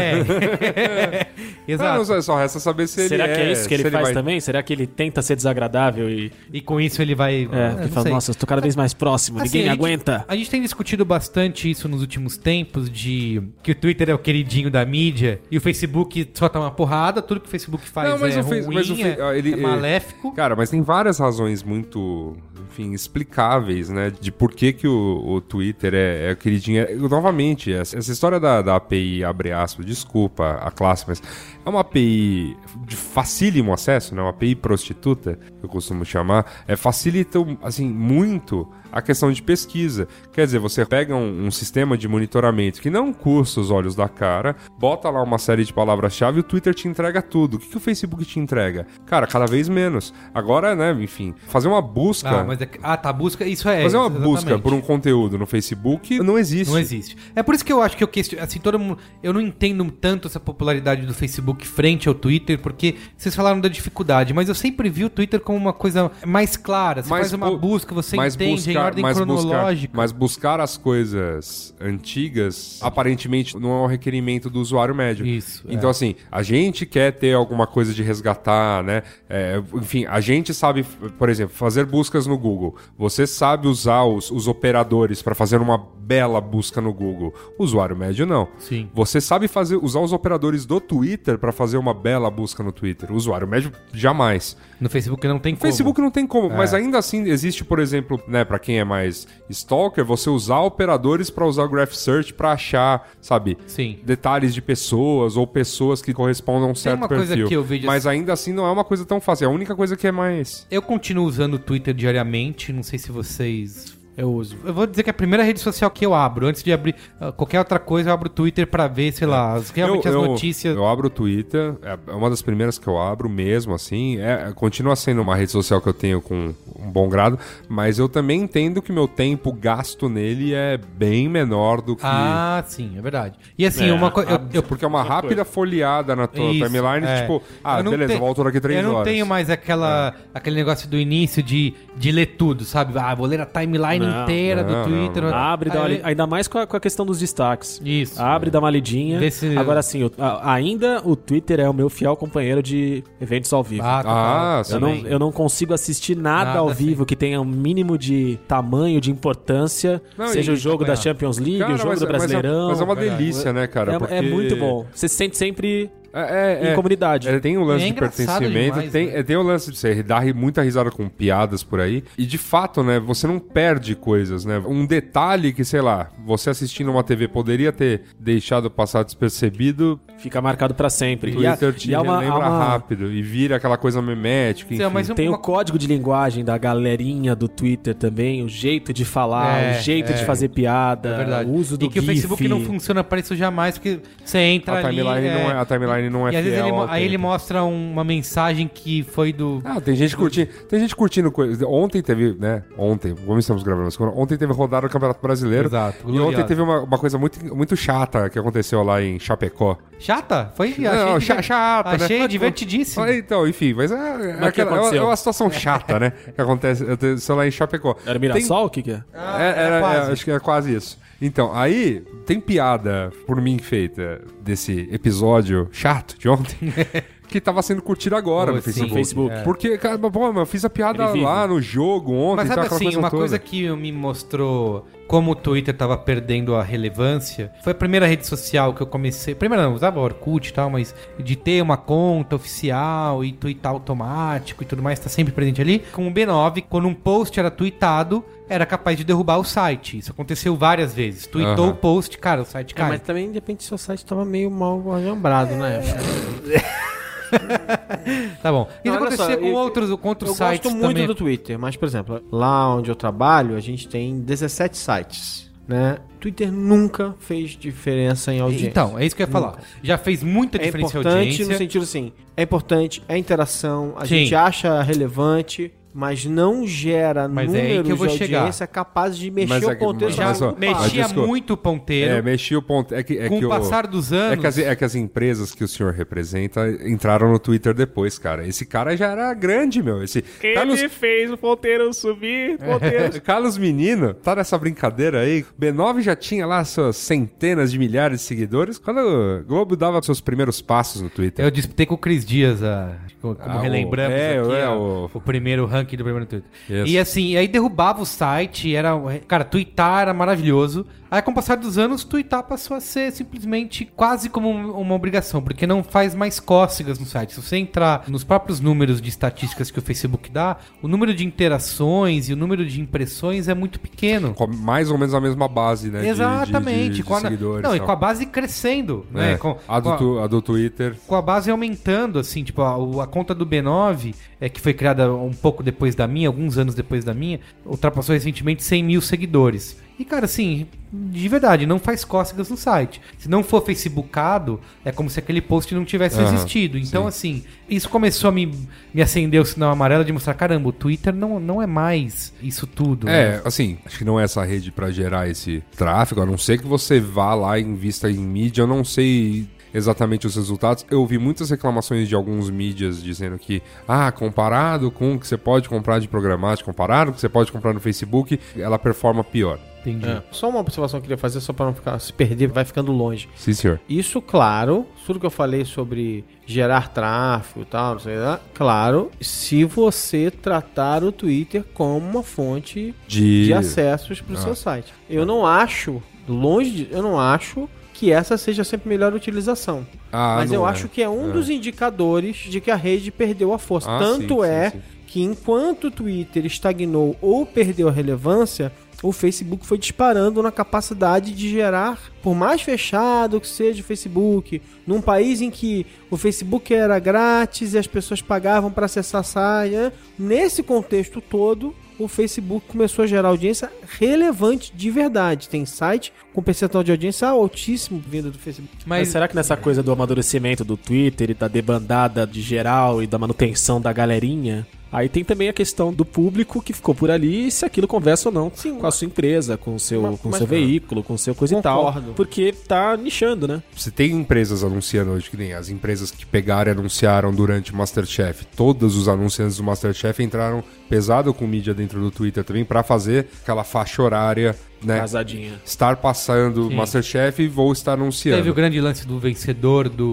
É, exato. Não, só, só resta saber se Será ele que é isso que ele se faz vai... também? Será que ele tenta ser desagradável e... E com isso ele vai... É, Ah, que não fala, sei. nossa, eu tô cada vez mais próximo, Assim, ninguém a gente- aguenta. A gente tem discutido bastante isso nos últimos tempos, de que o Twitter é o queridinho da mídia e o Facebook só tá uma porrada, tudo que o Facebook faz Não, mas é o Face- ruim, mas o Fe- é, ah, ele- é maléfico. Cara, mas tem várias razões muito, enfim, explicáveis, né? De por que, que o, o Twitter é, é queridinho. É, novamente, essa, essa história da, da A P I, abre aspas, desculpa a classe, mas é uma A P I de facílimo acesso, né? Uma A P I prostituta, que eu costumo chamar. É, facilita, assim, muito a questão de pesquisa. Quer dizer, você pega um, um sistema de monitoramento que não custa os olhos da cara, bota lá uma série de palavras-chave e o Twitter te entrega tudo. O que, que o Facebook te entrega? Cara, cada vez menos. Agora, né, enfim, fazer uma busca... Ah, mas é, ah, tá, busca, isso é. Fazer uma exatamente. busca por um conteúdo no Facebook não existe. Não existe. É por isso que eu acho que eu questiono, assim, todo mundo, eu não entendo tanto essa popularidade do Facebook frente ao Twitter, porque vocês falaram da dificuldade, mas eu sempre vi o Twitter como uma coisa mais clara. Você Mas faz uma bu- busca, você mas entende buscar- em ordem mas cronológica. Buscar, mas buscar as coisas antigas, aparentemente, não é um requerimento do usuário médio. Isso, é. Então, assim, a gente quer ter alguma coisa de resgatar, né? É, enfim, a gente sabe, por exemplo, fazer buscas no Google. Você sabe usar os, os operadores para fazer uma bela busca no Google. O usuário médio, não. Sim. Você sabe fazer, usar os operadores do Twitter para fazer uma bela busca no Twitter. O usuário médio, jamais. No Facebook não tem No como. Facebook não tem como, É. mas ainda assim existe, por exemplo, né, para quem é mais stalker, você usar operadores para usar o Graph Search para achar, sabe, Sim. detalhes de pessoas ou pessoas que correspondam a um certo uma coisa perfil. que eu vejo Mas ainda assim não é uma coisa tão fácil, é a única coisa que é mais... Eu continuo usando o Twitter diariamente, não sei se vocês... Eu uso. Eu vou dizer que é a primeira rede social que eu abro. Antes de abrir uh, qualquer outra coisa, eu abro o Twitter pra ver, sei lá, as- realmente eu, as eu- notícias. Eu abro o Twitter, é uma das primeiras que eu abro mesmo, assim. É, continua sendo uma rede social que eu tenho com um bom grado, mas eu também entendo que meu tempo gasto nele é bem menor do que... Ah, sim, é verdade. E assim, É, uma coisa... Ah, porque é uma rápida folheada na tua Isso, timeline, é. tipo, ah, Eu não beleza, te- volto daqui três Eu não horas. tenho mais aquela, aquele negócio do início de, de ler tudo, sabe? Ah, vou ler a timeline Não, inteira não, do Twitter. não. Abre, dá uma Aí- li- ainda mais com a, com a questão dos destaques. Isso. Abre, dá uma lidinha. Vê se- Agora sim, o- a- ainda o Twitter é o meu fiel companheiro de eventos ao vivo. Ah, Ah, tá, Eu não, também. eu não consigo assistir nada, Nada, ao vivo sim. que tenha um mínimo de tamanho, de importância, Não, seja e- o jogo também da não. Champions League, Cara, o jogo mas, do mas é- Brasileirão. mas é uma verdade. delícia, né, cara? É- porque... é muito bom. Você se sente sempre É, é, em comunidade. É, tem o lance É de engraçado pertencimento, demais, tem, né? é, tem o lance de você dar ri- muita risada com piadas por aí. E de fato, né, você não perde coisas, né? Um detalhe que, sei lá, você assistindo uma T V poderia ter deixado passar despercebido, Fica marcado pra sempre. o E, a, Twitter te e há uma, há lembra uma- rápido e vira aquela coisa memética, enfim. Sim, mas Tem uma- o código de linguagem da galerinha do Twitter também, o jeito de falar, É, o jeito é. de fazer piada, É verdade. o uso do e que GIF. o Facebook não funciona para isso jamais, porque você entra A timeline, ali... não é, a timeline não é e às vezes fiel ele, mo- ao aí ele tempo. mostra uma mensagem que foi do... Ah, tem gente curtindo, tem gente curtindo coisa. Ontem teve, né? Ontem, como estamos gravando, ontem teve rodada do Campeonato Brasileiro. Exato, E gloriosa. ontem teve uma, uma coisa muito, muito chata que aconteceu lá em Chapecó. Chata? Foi? Não, achei cha- diver- chata, né? Achei Mas, divertidíssimo. Ah, Então, enfim, mas é, é, Mas o que aquela- é, uma, aconteceu? é uma situação chata, né? Que acontece, aconteceu lá em Chapecó. Era Mirassol? O que que é? Ah, É, era era- quase. é, acho que é quase isso. Então, aí tem piada por mim feita desse episódio chato de ontem. Que tava sendo curtido agora Oh, no sim, Facebook. Facebook. É. Porque, cara, pô, eu fiz a piada Ele vive. lá no jogo ontem. Mas sabe então, aquela assim, uma toda. coisa que me mostrou como o Twitter tava perdendo a relevância, foi a primeira rede social que eu comecei, primeiro não, usava Orkut e tal, mas de ter uma conta oficial e tweetar automático e tudo mais, tá sempre presente ali. Com o B nove, quando um post era tweetado, era capaz de derrubar o site. Isso aconteceu várias vezes. Tweetou Aham. o post, cara, o site É, cai. mas também, de repente, seu site tava meio mal ajambrado na época. Tá bom. Isso Não, olha acontecia só, com eu- outros, com outros Eu sites gosto muito também. do Twitter, mas, por exemplo, lá onde eu trabalho, a gente tem dezessete sites, né? Twitter nunca fez diferença em audiência. Então, é isso que eu ia falar. Nunca. Já fez muita É diferença em importante audiência. no sentido assim, é importante, é interação, a Sim. gente acha relevante, mas não gera Mas é aí números que eu vou de chegar. audiência capazes de mexer Mas é o que- ponteiro. Já Mas, ó, ocupado. mas mexia desculpa. muito o ponteiro. É, mexia o ponto. É que, é com que o passar dos anos. É que, as, é que as empresas que o senhor representa entraram no Twitter depois, cara. Esse cara já era grande, meu. Esse Carlos, fez o ponteiro subir, ponteiro... Carlos Menino tá nessa brincadeira aí. B nove já tinha lá suas centenas de milhares de seguidores quando o Globo dava seus primeiros passos no Twitter. Eu disputei com o Cris Dias, a, como Ah, o- relembramos é, aqui, é, a- o- o... primeiro ranking do primeiro Twitter. Isso. E assim, e aí derrubava o site, era, cara, twittar era maravilhoso. Aí com o passar dos anos, twittar passou a ser simplesmente quase como um- uma obrigação, porque não faz mais cócegas no site. Se você entrar nos próprios números de estatísticas que o Facebook dá, o número de interações e o número de impressões é muito pequeno. Com mais ou menos a mesma base, né? de- Exatamente. De, de, de com a, seguidores. não, e tal. com a base crescendo, né? É, Com, a, do, com a- tu- a do Twitter. com a base aumentando, assim, tipo, a, o- a conta do B nove, é, que foi criada um pouco depois da minha, alguns anos depois da minha, ultrapassou recentemente cem mil seguidores. E, cara, assim, de verdade, não faz cócegas no site. Se não for facebookado, é como se aquele post não tivesse Aham, existido. Então, assim, isso começou a me, me acender o sinal amarelo de mostrar, caramba, o Twitter não, não é mais isso tudo. É, né? assim, acho que não é essa rede pra gerar esse tráfego, a não ser que você vá lá e invista em mídia, eu não sei exatamente os resultados. Eu ouvi muitas reclamações de alguns mídias dizendo que, ah, comparado com o que você pode comprar de programático, comparado com o que você pode comprar no Facebook, ela performa pior. Entendi. É. Só uma observação que eu queria fazer, só para não ficar se perder, vai ficando longe. Sim, senhor. Isso, claro, tudo que eu falei sobre gerar tráfego e tal, não sei lá, claro, se você tratar o Twitter como uma fonte De... de acessos para o Ah. seu site. Eu não acho, longe de, eu não acho que essa seja sempre a melhor utilização. Ah, Mas não eu é. acho que é um É. dos indicadores de que a rede perdeu a força. Ah, Tanto sim, sim, é sim. que enquanto o Twitter estagnou ou perdeu a relevância, o Facebook foi disparando na capacidade de gerar, por mais fechado que seja o Facebook, num país em que o Facebook era grátis e as pessoas pagavam para acessar a site, né? Nesse contexto todo, o Facebook começou a gerar audiência relevante de verdade. Tem site com percentual de audiência altíssimo vindo do Facebook. Mas Mas será que nessa coisa do amadurecimento do Twitter e da debandada de geral e da manutenção da galerinha, aí tem também a questão do público que ficou por ali e se aquilo conversa ou não Sim, com a sua empresa, com o seu, mas- com o mas- seu veículo, com o seu coisa Concordo. e tal. Porque tá nichando, né? Você tem empresas anunciando hoje, que nem as empresas que pegaram e anunciaram durante o MasterChef. Todos os anunciantes do MasterChef entraram pesado com mídia dentro do Twitter também pra fazer aquela faixa horária, né? Casadinha. Estar passando o Sim. MasterChef e vou estar anunciando. teve o grande lance do vencedor do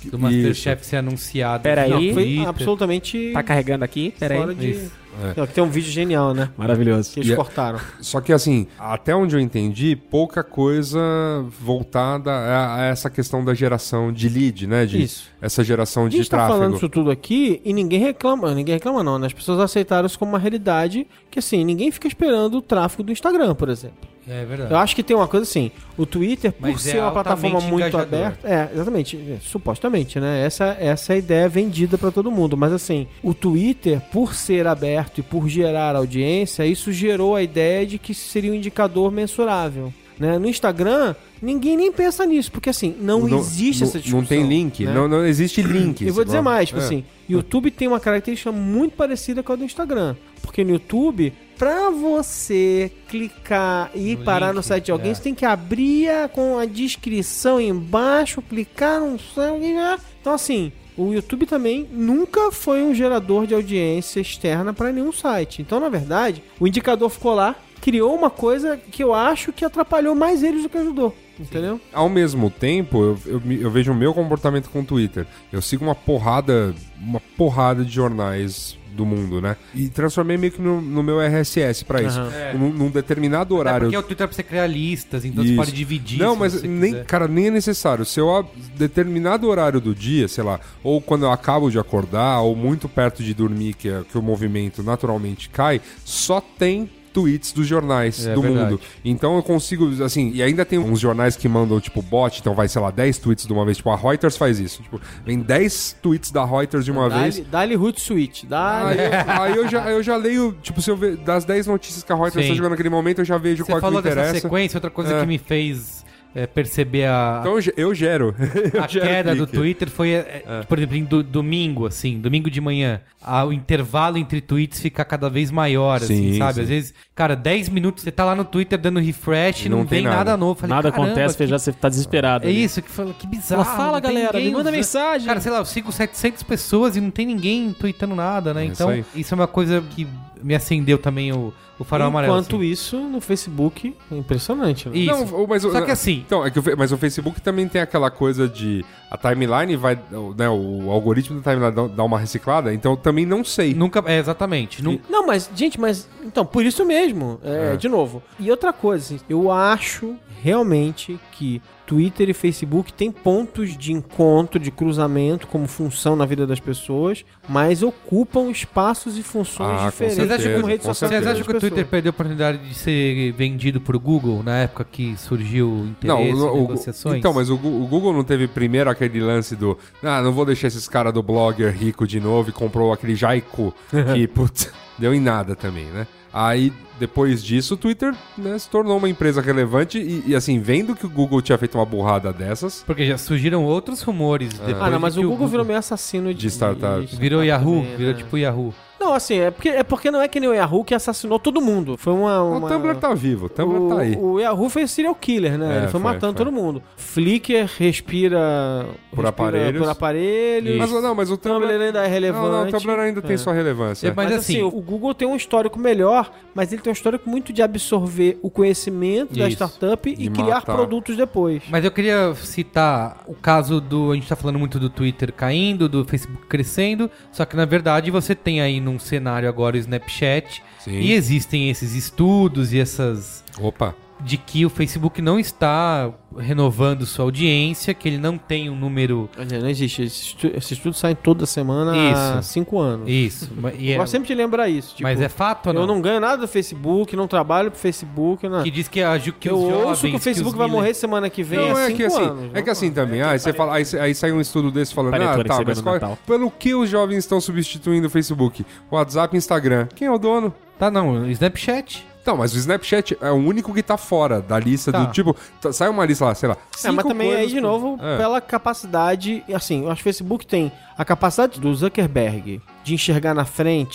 do Masterchef ser anunciado. Pera aí. no Não, foi Twitter. absolutamente Tá carregando aqui? Pera fora aí. de... Isso. É. Não, que tem um vídeo genial, né? Maravilhoso. Que eles E é- cortaram. Só que assim, até onde eu entendi, pouca coisa voltada a, a essa questão da geração de lead, né? De, Isso. Essa geração A de gente tá falando tráfego. isso tudo aqui e ninguém reclama. Ninguém reclama não, né? As pessoas aceitaram isso como uma realidade que, assim, ninguém fica esperando o tráfego do Instagram, por exemplo. É verdade. Eu acho que tem uma coisa assim, o Twitter, por Mas é ser uma plataforma altamente muito engajador. aberta... É, exatamente, é, supostamente, né? Essa, essa é a ideia vendida pra todo mundo. Mas assim, o Twitter, por ser aberto e por gerar audiência, isso gerou a ideia de que isso seria um indicador mensurável. Né? No Instagram, ninguém nem pensa nisso, porque assim, não, existe não, essa discussão. Não tem link, né? não, não existe link. Eu vou dizer mais, tipo É. assim, YouTube tem uma característica muito parecida com a do Instagram. Porque no YouTube, pra você clicar e No parar link, no site de alguém, é. você tem que abrir a- com a descrição embaixo, clicar no site. Então assim, o YouTube também nunca foi um gerador de audiência externa para nenhum site. Então, na verdade, o indicador ficou lá, criou uma coisa que eu acho que atrapalhou mais eles do que ajudou. Entendeu? Ao mesmo tempo, eu, eu, me- eu vejo o meu comportamento com o Twitter. Eu sigo uma porrada, uma porrada de jornais do mundo, né? E transformei meio que no, no meu R S S pra isso. Aham. É. Num, num determinado Até horário. porque o Twitter é pra você criar listas, então Isso. você pode dividir. Não, se mas você nem, quiser. cara, nem é necessário. Se eu a determinado horário do dia, sei lá, ou quando eu acabo de acordar, ou muito perto de dormir, que, é, que o movimento naturalmente cai, só tem tweets dos jornais É do verdade. mundo. Então eu consigo, assim, e ainda tem uns jornais que mandam, tipo, bot, então vai, sei lá, dez tweets de uma vez. Tipo, a Reuters faz isso. Tipo, vem dez tweets da Reuters de uma vez. Dá-lhe dá-lhe root switch. Aí, Dá-lhe... eu, aí eu já, eu já leio, tipo, se eu ver das dez notícias que a Reuters Sim. está jogando naquele momento, eu já vejo Você qual que me falou dessa interessa. sequência, outra coisa É. que me fez é, perceber a, Então eu, ge- eu gero. Eu a gero queda do clique. Twitter foi, é, por exemplo, em do- domingo, assim, domingo de manhã, a- o intervalo entre tweets fica cada vez maior, assim, Sim, sabe? sim. Às vezes, cara, dez minutos, você tá lá no Twitter dando refresh e não, Não tem vem nada. nada. novo. Falei, Nada caramba, acontece, que- já você tá desesperado. É ali. isso, que, fala, que bizarro. Fala, fala, não tem galera, ninguém me manda usando- mensagem. Cara, sei lá, eu sigo setecentas pessoas e não tem ninguém tweetando nada, né? É então, isso isso, aí. é uma coisa que me acendeu também o, o farol amarelo. Enquanto assim. isso, no Facebook, é impressionante, né? Isso. Não, mas, o- Só que assim, Então, é que o, Fe- mas o Facebook também tem aquela coisa de... A timeline vai... Né, o algoritmo da timeline dá- dá uma reciclada, então eu também não sei. nunca. É, exatamente. Nu- Não, mas, gente, mas... Então, por isso mesmo, é, É. de novo. E outra coisa, assim, eu acho realmente que Twitter e Facebook têm pontos de encontro, de cruzamento como função na vida das pessoas, mas ocupam espaços e funções Ah, com diferentes Vocês acham, certeza, como rede com social. vocês certeza. acham que o Twitter perdeu a oportunidade de ser vendido pro Google na época que surgiu o Não, interesse o, e o- negociações? então, mas o, Gu- o Google não teve primeiro aquele lance do... Ah, não vou deixar esses caras do blogger rico de novo e comprou aquele Jaiku, que, putz, deu em nada também, né? Aí, depois disso, o Twitter, né, se tornou uma empresa relevante e, e, assim, vendo que o Google tinha feito uma burrada dessas... Porque já surgiram outros rumores. depois Ah, não, de mas o que Google virou meio assassino de, De startups. Virou Yahoo, também, virou né? tipo Yahoo. Não, assim, é porque, é porque não é que nem o Yahoo que assassinou todo mundo. Foi uma... uma... O Tumblr tá vivo, o Tumblr o, tá aí. o Yahoo foi serial killer, né? É, Ele foi, foi, matando foi. todo mundo. Flickr respira... Por respira aparelhos. Por aparelhos. Mas não, mas o Tumblr Tumblr... ainda é relevante. Não, não, o Tumblr ainda tem É. sua relevância. É, mas Mas, assim, assim, o Google tem um histórico melhor, mas ele tem um histórico muito de absorver o conhecimento da Isso. startup e E criar matar. produtos depois. Mas eu queria citar o caso do... A gente tá falando muito do Twitter caindo, do Facebook crescendo, só que na verdade você tem aí num cenário agora o Snapchat, Sim. e existem esses estudos e essas... Opa. de que o Facebook não está renovando sua audiência, que ele não tem um número... Olha, não existe. Esse estu- esse estudo sai toda semana há Isso. cinco anos. Isso. mas- e Eu é- gosto sempre de lembrar isso. Tipo, mas é fato ou não? eu não ganho nada do Facebook, não trabalho pro Facebook, nada. Que diz que, a, que Eu os ouço jovens... que o Facebook os vai mile- morrer semana que vem Não, há é cinco que assim, anos. é que assim também, ah, aí, você fala, aí, aí sai um estudo desse falando, Panetone ah, tá, que mas você qual, vê no Natal. pelo que os jovens estão substituindo o Facebook? WhatsApp e Instagram. Quem é o dono? Tá, não, Snapchat. Não, mas o Snapchat é o único que tá fora da lista Tá. do tipo, tá- sai uma lista lá, sei lá, É, mas cinco também aí, coisas de por- novo, É. pela capacidade... Assim, eu acho que o Facebook tem a capacidade do Zuckerberg de enxergar na frente,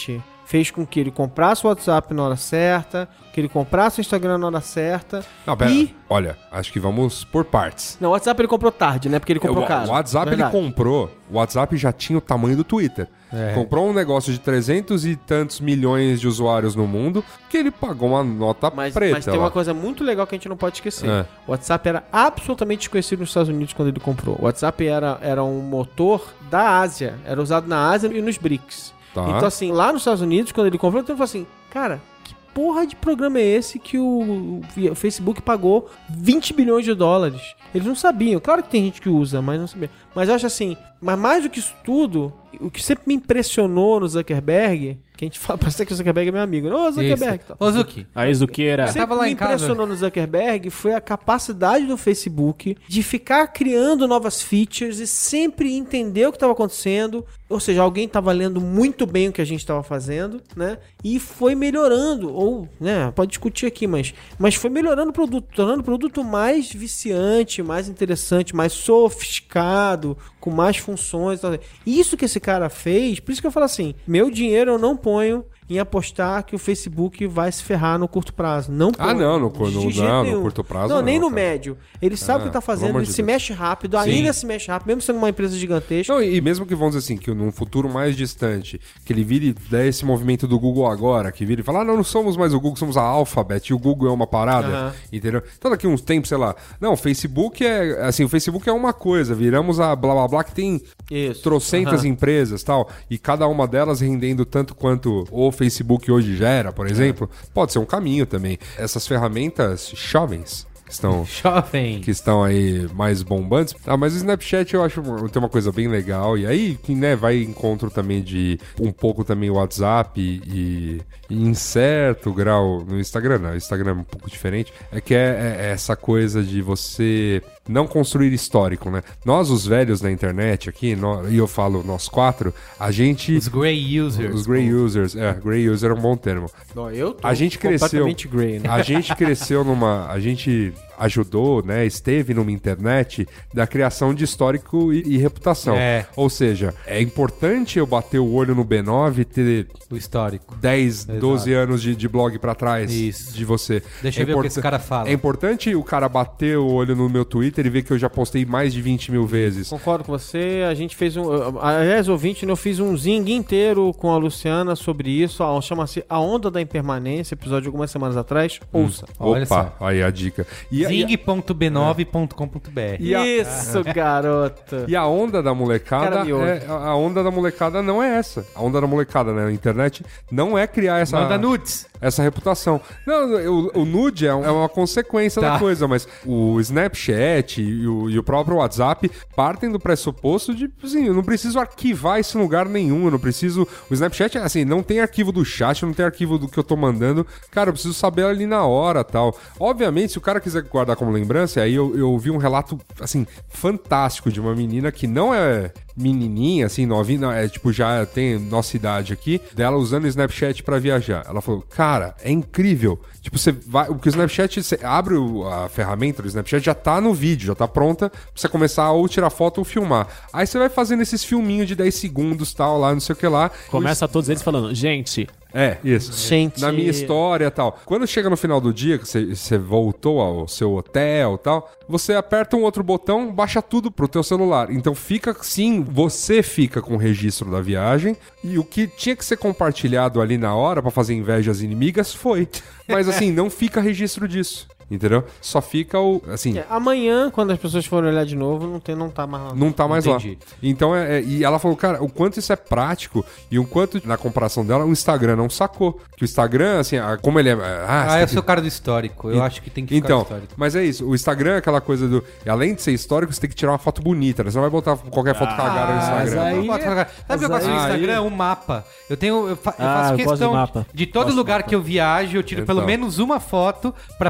fez com que ele comprasse o WhatsApp na hora certa, que ele comprasse o Instagram na hora certa. Não, pera, e... olha, acho que vamos por partes. Não, o WhatsApp ele comprou tarde, né? Porque ele comprou o, caro. O WhatsApp Verdade. ele comprou, o WhatsApp já tinha o tamanho do Twitter. É. Comprou um negócio de trezentos e tantos milhões de usuários no mundo, que ele pagou uma nota Mas, preta. mas tem lá. uma coisa muito legal que a gente não pode esquecer. É. O WhatsApp era absolutamente desconhecido nos Estados Unidos quando ele comprou. O WhatsApp era, era um motor da Ásia. Era usado na Ásia e nos B R I C S. Tá. Então, assim, lá nos Estados Unidos, quando ele comprou, ele falou assim, cara, que porra de programa é esse que o, o Facebook pagou vinte bilhões de dólares? Eles não sabiam. Claro que tem gente que usa, mas não sabia. Mas eu acho assim, mas mais do que isso tudo, o que sempre me impressionou no Zuckerberg, que a gente fala, parece que o Zuckerberg é meu amigo. Ô, Zuckerberg. Isso. Ô, Zuki. A ex-duqueira. Você Sempre tava lá me em casa. impressionou no Zuckerberg foi a capacidade do Facebook de ficar criando novas features e sempre entender o que estava acontecendo. Ou seja, alguém estava lendo muito bem o que a gente estava fazendo, né? E foi melhorando, ou, né, pode discutir aqui, mas, mas foi melhorando o produto, tornando o produto mais viciante, mais interessante, mais sofisticado, com mais funções e tal. Isso que esse cara fez, por isso que eu falo assim, meu dinheiro eu não ponho em apostar que o Facebook vai se ferrar no curto prazo. Não Ah, não, no, de no, jeito não, nenhum. no curto prazo Não, não, nem no cara. médio. Ele sabe o que tá pelo fazendo, amor ele de se Deus. mexe rápido, Sim. ainda se mexe rápido, mesmo sendo uma empresa gigantesca. Não, e mesmo que vamos dizer assim, que num futuro mais distante, que ele vire der esse movimento do Google agora, que vire e fala, ah, não, não somos mais o Google, somos a Alphabet, e o Google é uma parada, Aham. entendeu? Então daqui uns tempos, sei lá, não, o Facebook é, assim, o Facebook é uma coisa, viramos a blá blá blá que tem Isso. trocentas Aham. empresas tal, e cada uma delas rendendo tanto quanto o Facebook hoje gera, por exemplo, pode ser um caminho também. Essas ferramentas jovens que estão... Jovem. que estão aí mais bombantes. Ah, mas o Snapchat eu acho tem uma coisa bem legal. E aí, que, né, vai em encontro também de um pouco também o WhatsApp e, e em certo grau no Instagram, não, o Instagram é um pouco diferente. É que é, é essa coisa de você não construir histórico, né? Nós, os velhos da internet aqui, nó- e eu falo nós quatro, a gente... Os Grey Users. Os Grey Users, é, Grey User é um bom termo. Não, eu tô A gente cresceu. completamente grey, né? A gente cresceu numa. A gente ajudou, né? Esteve numa internet da criação de histórico e, e reputação. É. Ou seja, é importante eu bater o olho no B nove e ter O histórico. dez, Exato. doze anos de, de blog pra trás Isso. de você. Deixa eu ver o que esse cara fala. É importante o cara bater o olho no meu Twitter e ver que eu já postei mais de vinte mil vezes. Concordo com você, a gente fez um... Aliás, ouvinte, eu fiz um zing inteiro com a Luciana sobre isso, ó, chama-se A Onda da Impermanência, episódio de algumas semanas atrás, ouça. Olha Opa, só. aí a dica. E, a- zing ponto b nove ponto com ponto b r. E a- Isso, garoto. E a onda da molecada, Cara, me ouve. é, a onda da molecada não é essa. A onda da molecada né, na internet não é criar essa, Manda nudes. essa reputação. Não, o, o nude é, um- é uma consequência Tá. da coisa, mas o Snapchat e o, e o próprio WhatsApp partem do pressuposto de, assim, eu não preciso arquivar isso em lugar nenhum, eu não preciso... O Snapchat, assim, não tem arquivo do chat, não tem arquivo do que eu tô mandando. Cara, eu preciso saber ali na hora, tal. Obviamente, se o cara quiser guardar como lembrança, aí eu, eu vi um relato, assim, fantástico de uma menina que não é menininha, assim, novinha, não, é tipo, já tem nossa idade aqui, dela usando o Snapchat pra viajar. Ela falou, cara, é incrível. Tipo, você vai... Porque o Snapchat, você abre o- a ferramenta do Snapchat, já tá no vídeo, já tá pronta pra você começar a ou tirar foto ou filmar. Aí você vai fazendo esses filminhos de dez segundos, tal, lá, não sei o que lá. Começa todos eles falando, gente, É, isso. Gente. Na minha história e tal. Quando chega no final do dia, que você, você voltou ao seu hotel e tal, você aperta um outro botão, baixa tudo pro teu celular. Então fica, sim, você fica com o registro da viagem e o que tinha que ser compartilhado ali na hora pra fazer inveja às inimigas foi. Mas assim, não fica registro disso. Entendeu? Só fica o... Assim, É, amanhã, quando as pessoas forem olhar de novo, não, tem, não tá mais lá. não tá mais Entendi. lá. Então, é, é- e ela falou, cara, o quanto isso é prático e o quanto, na comparação dela, o Instagram não sacou. Que o Instagram, assim, a- como ele é... Ah, Ah, você eu tem que- sou o cara do histórico. Eu E- acho que tem que ficar Então, histórico. mas é isso. O Instagram é aquela coisa do... Além de ser histórico, você tem que tirar uma foto bonita, né? Você não vai botar qualquer foto cagada no mas Instagram. aí- Eu boto- Sabe o que eu mas faço no aí- Instagram? Um mapa. Eu tenho. Eu, fa- eu Ah, faço eu gosto questão de mapa. de todo Gosto de lugar mapa. que eu viajo, eu tiro pelo Então. menos uma foto pra poder fazer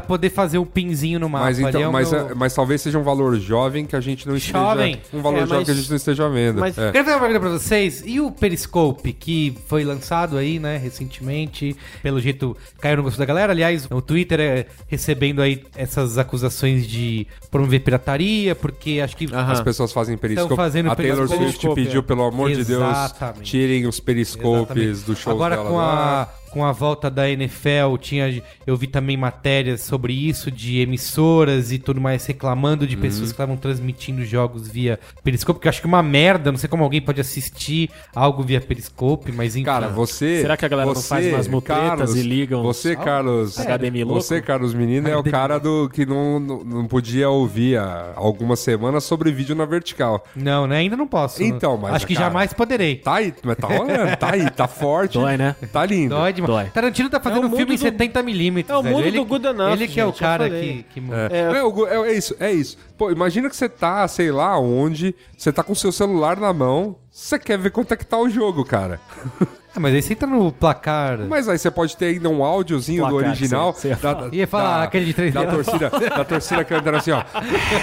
fazer o pinzinho no mapa. Mas, ali então, é o mas, meu- é- mas talvez seja um valor jovem que a gente não esteja... Jovem. Um valor É, jovem mas- que a gente não esteja vendo. mas- É. Quero fazer uma pergunta pra vocês. E o Periscope, que foi lançado aí, né, recentemente. Pelo jeito, caiu no gosto da galera. Aliás, o Twitter é recebendo aí essas acusações de promover pirataria, porque acho que... Aham. As pessoas fazem periscope. Tão fazendo a Taylor periscope, Swift pediu, é. pelo amor de Deus, Exatamente. tirem os periscopes Exatamente. do show Agora dela com lá. a, com a volta da N F L, tinha, eu vi também matérias sobre isso, de emissoras e tudo mais, reclamando de pessoas que estavam transmitindo jogos via Periscope, que eu acho que é uma merda, não sei como alguém pode assistir algo via Periscope, mas enfim. Cara, você... Será que a galera não você, faz umas mutretas Carlos, e ligam Você, os- Carlos... H D M louco? Você, Carlos Menino, é o cara do que não, não, não podia ouvir há algumas semanas sobre vídeo na vertical. Não, né? Ainda não posso. Então, mas, acho que cara, jamais poderei. Tá aí, mas tá rolando, tá aí, tá forte. Dói, né? Tá lindo. Dói demais. Dói. Tarantino tá fazendo É o um filme em mundo do- setenta milímetros. É o velho. mundo ele, do good enough, Ele que é o gente, já cara falei. que, que... É. É, o- é- é isso, é isso. Pô, imagina que você tá, sei lá, onde, você tá com o seu celular na mão, você quer ver quanto é que tá o jogo, cara. Ah, mas aí você entra no placar... Mas aí você pode ter ainda um áudiozinho do Placar, original. você- você ia da, falar. Ia falar da- aquele de três da dedos. torcida, da torcida cantando assim, ó.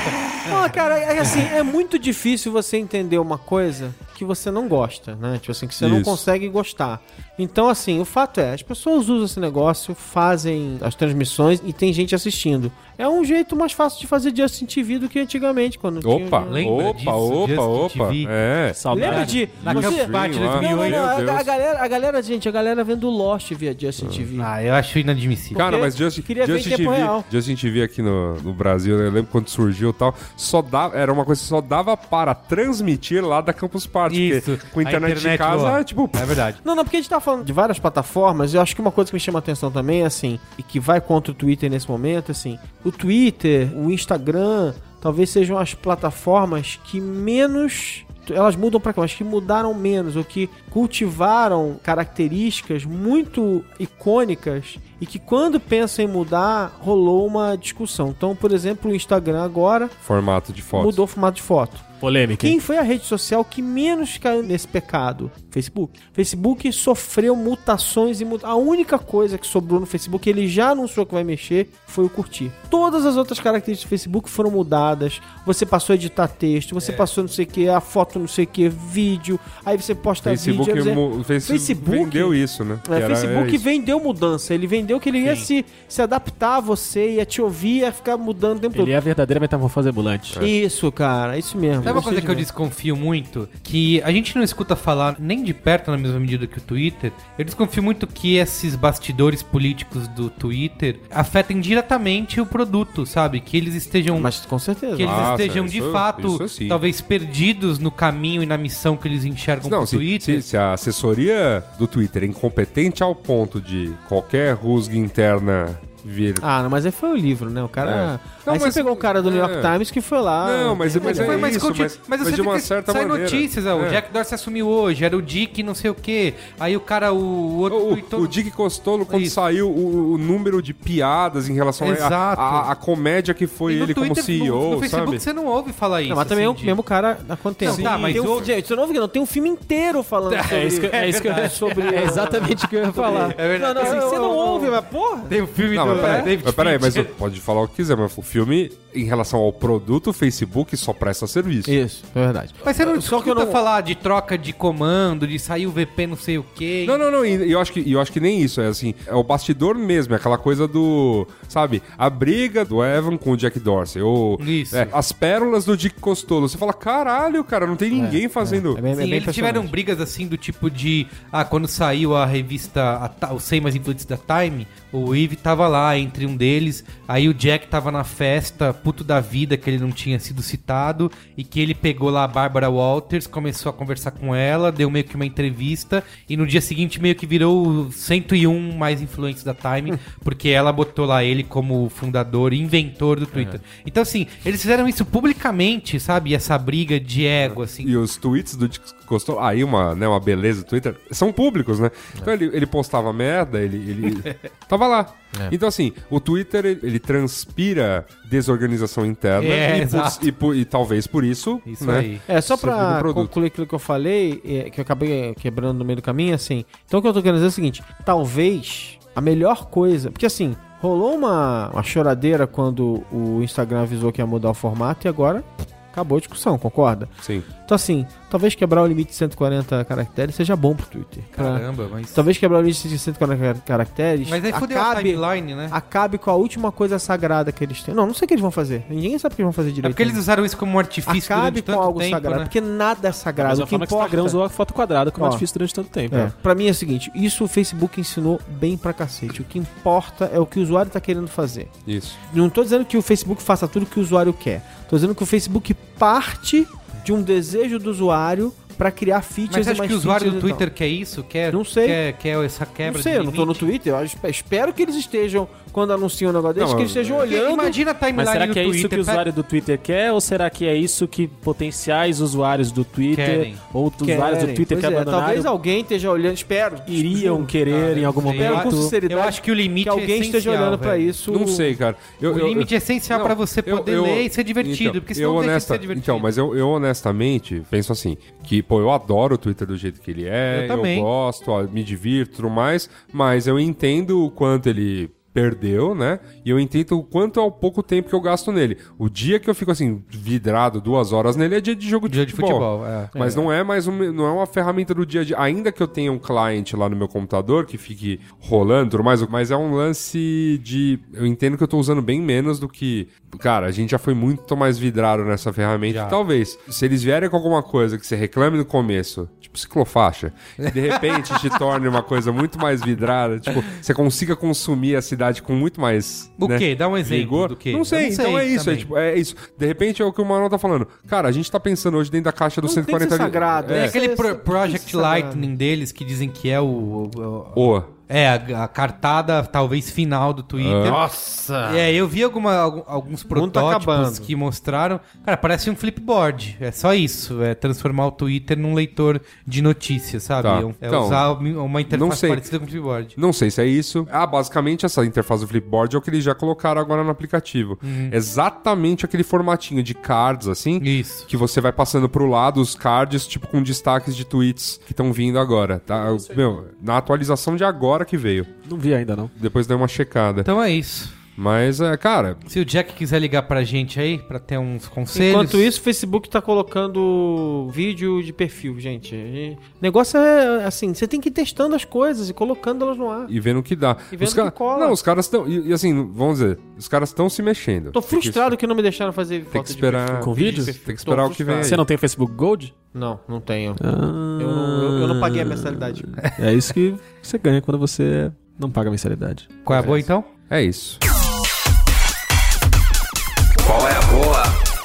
Não, cara, é assim, é muito difícil você entender uma coisa que você não gosta, né? Tipo assim, que você não Isso. consegue gostar. Então, assim, o fato é, as pessoas usam esse negócio, fazem as transmissões e tem gente assistindo. É um jeito mais fácil de fazer Justin T V do que antigamente, quando Opa, tinha... Lembra opa, disso, opa, Justin opa. T V? É. Saudade. Lembra de... Na você- Campus Party Não, dois mil e oito. Não, não, Meu a, a Deus. galera, a galera, gente, a galera vendo Lost via Justin T V. Ah, eu acho inadmissível. Cara, Porque mas Justin, queria ver em Justin tempo T V, real. Justin T V aqui no, no Brasil, né, eu lembro quando surgiu e tal, só dava, era uma coisa que só dava para transmitir lá da Campus Party. Isso. Porque com a A internet, internet em casa, boa. é tipo... É verdade. Não, não, porque a gente tá falando de várias plataformas, eu acho que uma coisa que me chama a atenção também é assim, e que vai contra o Twitter nesse momento, assim, o Twitter, o Instagram, talvez sejam as plataformas que menos... Elas mudam pra cá, mas que mudaram menos, ou que cultivaram características muito icônicas e que quando pensam em mudar, rolou uma discussão. Então, por exemplo, o Instagram agora Formato de foto. mudou o formato de foto. Polêmica. hein? Quem foi a rede social que menos caiu nesse pecado? Facebook. Facebook sofreu mutações e mu- a única coisa que sobrou no Facebook, ele já anunciou que vai mexer, foi o curtir. Todas as outras características do Facebook foram mudadas. Você passou a editar texto, você passou não sei o que, a foto não sei o que, vídeo, aí você posta Facebook, vídeo. aí você- mu- Facebook, Facebook- vendeu isso, né? É, Que era- Facebook é isso. vendeu mudança. Ele vendeu que ele ia se, se adaptar a você, ia te ouvir, ia ficar mudando o tempo Ele é a verdadeira metamorfose ambulante. todo. Isso, cara, isso mesmo. Sabe uma Gostei coisa que eu demais. desconfio muito? Que a gente não escuta falar nem de perto na mesma medida que o Twitter. Eu desconfio muito que esses bastidores políticos do Twitter afetem diretamente o produto, sabe? Que eles estejam... Mas com certeza. que eles Ah, estejam isso- de isso fato, sim. talvez perdidos no caminho e na missão que eles enxergam Não, pro se, Twitter. se, se a assessoria do Twitter é incompetente ao ponto de qualquer rusga interna vir... Ah, não, mas aí foi o livro, né? O cara. É. Não, aí mas- você pegou o cara do New York é. Times que foi lá. Não, mas- mas Foi, é mas, isso, continua- mas- mas mas você de uma fica- certa sai maneira. notícias, ó, É. o Jack Dorsey assumiu hoje, era o Dick não sei o quê. Aí o cara, o, o outro O, tweetou- o Dick Costolo, quando Isso. saiu o, o número de piadas em relação a- Exato. a, a, a comédia que foi E no ele como Twitter, C E O, no, no Facebook sabe? você não ouve falar isso. Não, mas também é o assim, de- mesmo cara há quanto tempo? Não, tá, mas tem um, o- gente, você não ouve que não, tem um filme inteiro falando sobre É isso que, é isso que eu, sobre é exatamente o que eu ia falar. É verdade. Não, não, Assim, você eu- não eu- ouve, mas porra. Tem o filme Não, do mas peraí, David mas, peraí, mas Fincher. pode falar o que quiser, mas o filme, em relação ao produto, o Facebook só presta serviço. Isso, é verdade. Mas você não Só escuta que eu não- falar de troca de comando, de sair o V P não sei o quê. Não, não, não, e eu acho que, eu acho que nem isso, é assim, é o bastidor mesmo, é aquela coisa do, sabe, a briga do Evan com o Jack Dorsey, ou Isso. é, as pérolas do Dick Costolo, você fala, caralho, cara, não tem ninguém fazendo... É bem, é Sim, bem eles tiveram impressionante. brigas assim do tipo de... Ah, quando saiu a revista a, Ta- Os cem Mais Influentes da Time, o Eve tava lá entre um deles, aí o Jack tava na festa, puto da vida, que ele não tinha sido citado, e que ele pegou lá a Barbara Walters, começou a conversar com ela, deu meio que uma entrevista, e no dia seguinte meio que virou o cento e um mais influentes da Time, porque ela botou lá ele como fundador e inventor do Twitter. Então assim, eles fizeram isso publicamente, sabe? E essa briga de ego, assim. E os tweets do Dick Costolo, aí uma, né, uma beleza do Twitter, são públicos, né? Então ele, ele postava merda, ele, ele tava lá. Então assim, o Twitter, ele, ele transpira desorganização interna É, e, exato. por, e, por- e talvez por isso, Isso né? aí. É, só servir pra do produto. concluir aquilo que eu falei, é, que eu acabei quebrando no meio do caminho, assim. Então o que eu tô querendo dizer é o seguinte: talvez a melhor coisa. Porque assim, rolou uma, uma choradeira quando o Instagram avisou que ia mudar o formato e agora acabou a discussão, concorda? Sim. Então assim, talvez quebrar o limite de cento e quarenta caracteres seja bom pro Twitter. Caramba, mas... Talvez quebrar o limite de cento e quarenta caracteres Mas aí fodeu a acabe, timeline, né? acabe com a última coisa sagrada que eles têm. Não, não sei o que eles vão fazer. Ninguém sabe o que eles vão fazer É direito. porque eles usaram isso como um artifício Acabe durante com tanto algo tempo, sagrado, né? porque nada é sagrado. Mas O a que forma que o importa... Instagram usou a foto quadrada, como é Ó, difícil durante tanto tempo. É, pra mim é o seguinte, isso o Facebook ensinou bem pra cacete. O que importa é o que o usuário tá querendo fazer. Isso. Não tô dizendo que o Facebook faça tudo que o usuário quer. Tô dizendo que o Facebook parte de um desejo do usuário pra criar features Mas você e acha mais que o usuário do features e Twitter quer isso? Quer, Não sei. Quer, quer essa quebra Não sei, de eu não tô no limite? Twitter. Eu acho- espero que eles estejam, quando anunciam um negócio deles, Não, que eles estejam Porque olhando. Imagina a timeline Mas será do que é Twitter. isso que o pega- usuário do Twitter quer? Ou será que é isso que potenciais usuários do Twitter Querem. ou os usuários do Querem. Twitter Pois que é, abandonaram talvez alguém esteja olhando, espero. iriam juro, querer cara, em algum eu sei. Espero com momento? sinceridade Eu acho que o limite que alguém é esteja essencial, olhando pra velho. isso. Não sei, cara. Eu, O eu- limite é essencial Não, pra você eu- poder eu- ler e ser divertido, então, porque eu senão deixa de honesta- ser divertido. Então, mas eu, eu honestamente penso assim, que, pô, eu adoro o Twitter do jeito que ele é, Eu eu, também. gosto, ó, me divirto e tudo mais, mas eu entendo o quanto ele perdeu, né? E eu entendo o quanto é o pouco tempo que eu gasto nele. O dia que eu fico assim, vidrado duas horas nele é dia de jogo de Dia de futebol. futebol, é. Mas não é mais um, não é uma ferramenta do dia a dia. Ainda que eu tenha um client lá no meu computador que fique rolando, tudo mais, mas é um lance de. Eu entendo que eu tô usando bem menos do que. Cara, a gente já foi muito mais vidrado nessa ferramenta. Já. Talvez, se eles vierem com alguma coisa que você reclame no começo, tipo ciclofaixa, e de repente te torne uma coisa muito mais vidrada, tipo, você consiga consumir a cidade com muito mais. O né, quê? Dá um exemplo vigor. do quê? Não sei, Eu não então sei é isso. É, também. tipo, é isso. De repente é o que o Manuel tá falando. Cara, a gente tá pensando hoje dentro da caixa dos Não cento e quarenta tem que ser sagrado, É né? aquele Esse- pro- esse- Project esse sagrado. Lightning deles que dizem que é o... o- o- O. é, a, a cartada talvez final do Twitter. Nossa! É, eu vi alguma, algum- alguns mundo tá protótipos acabando. que mostraram. Cara, parece um flipboard. É só isso. É transformar o Twitter num leitor de notícias, sabe? Tá. É um- É Então, usar uma não interface sei. parecida com o flipboard. Não sei se é isso. Ah, basicamente essa interface do Flipboard é o que eles já colocaram agora no aplicativo. Exatamente aquele formatinho de cards, assim, Isso. que você vai passando pro lado os cards, tipo, com destaques de tweets que estão vindo agora, tá? Meu, na atualização de agora que veio. Não vi ainda, não. Depois dei uma checada. Então é isso. Mas, é, cara, Se o Jack quiser ligar pra gente aí, pra ter uns conselhos... Enquanto isso, o Facebook tá colocando vídeo de perfil, gente. E o negócio é assim, você tem que ir testando as coisas e colocando elas no ar. e vendo o que dá. E vendo os cara- que cola. Não, os caras estão... E, e assim, vamos dizer, os caras estão se mexendo. Tô Tem que- frustrado que não me deixaram fazer Tem foto que de esperar... perfil. Com vídeo? Tem que Tô esperar o que vem aí. Você não tem Facebook Gold? Não, não tenho. Ah, Eu não, eu, eu não paguei a mensalidade. É isso que você ganha quando você não paga a mensalidade. Qual é a boa, então? É isso. Qual é a boa?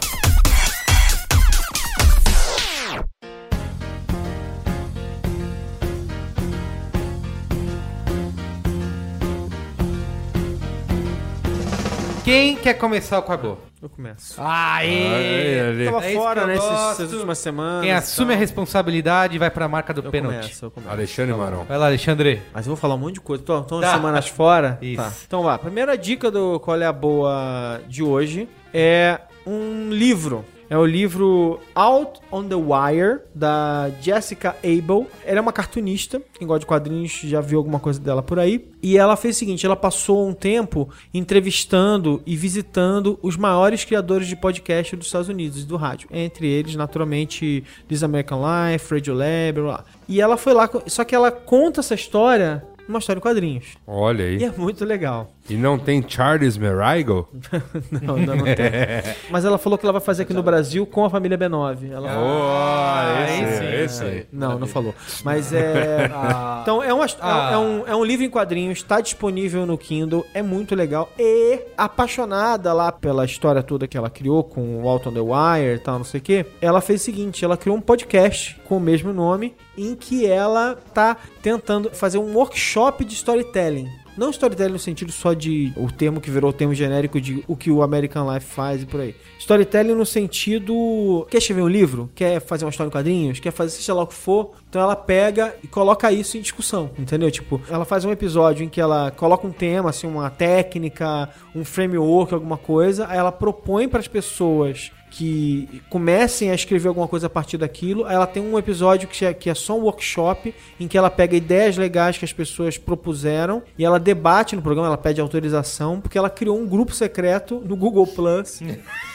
Quem quer começar o Qual é a boa? Eu começo. Aê! Tava É isso fora, que eu né, esses- gosto. essas últimas semanas. Quem assume a responsabilidade vai pra marca do Eu pênalti. começo, eu começo. Alexandre Marão. Vai lá, Alexandre. Mas eu vou falar um monte de coisa. Tô, tô umas Tá. semanas fora. Isso. Tá. Então vá. Primeira dica do Qual é a Boa de hoje é um livro. É o livro Out on the Wire, da Jessica Abel. Ela é uma cartunista. Quem gosta de quadrinhos já viu alguma coisa dela por aí. E ela fez o seguinte, ela passou um tempo entrevistando e visitando os maiores criadores de podcast dos Estados Unidos, do rádio. Entre eles, naturalmente, This American Life, Radio Lab, blá, blá. E ela foi lá, só que ela conta essa história, uma história em quadrinhos. Olha aí. E é muito legal. E não tem Charles Merigo? Não, ainda não tem. Mas ela falou que ela vai fazer aqui no Brasil com a família B nove. Ela Oh, esse, esse, sim. esse aí. Não, não falou. Mas é. Então, é, uma, Ah. é, um, é um livro em quadrinhos, está disponível no Kindle, é muito legal. E apaixonada lá pela história toda que ela criou com o Out on the Wire e tal, não sei o quê, ela fez o seguinte: ela criou um podcast com o mesmo nome, em que ela tá tentando fazer um workshop de storytelling. Não storytelling no sentido só de o termo que virou o termo genérico de o que o American Life faz e por aí. Storytelling no sentido... Quer escrever um livro? Quer fazer uma história em quadrinhos? Quer fazer seja lá o que for? Então ela pega e coloca isso em discussão, entendeu? Tipo, ela faz um episódio em que ela coloca um tema, assim, uma técnica, um framework, alguma coisa, aí ela propõe para as pessoas que comecem a escrever alguma coisa a partir daquilo. Aí ela tem um episódio que é, que é só um workshop, em que ela pega ideias legais que as pessoas propuseram e ela debate no programa, ela pede autorização, porque ela criou um grupo secreto no Google Plus.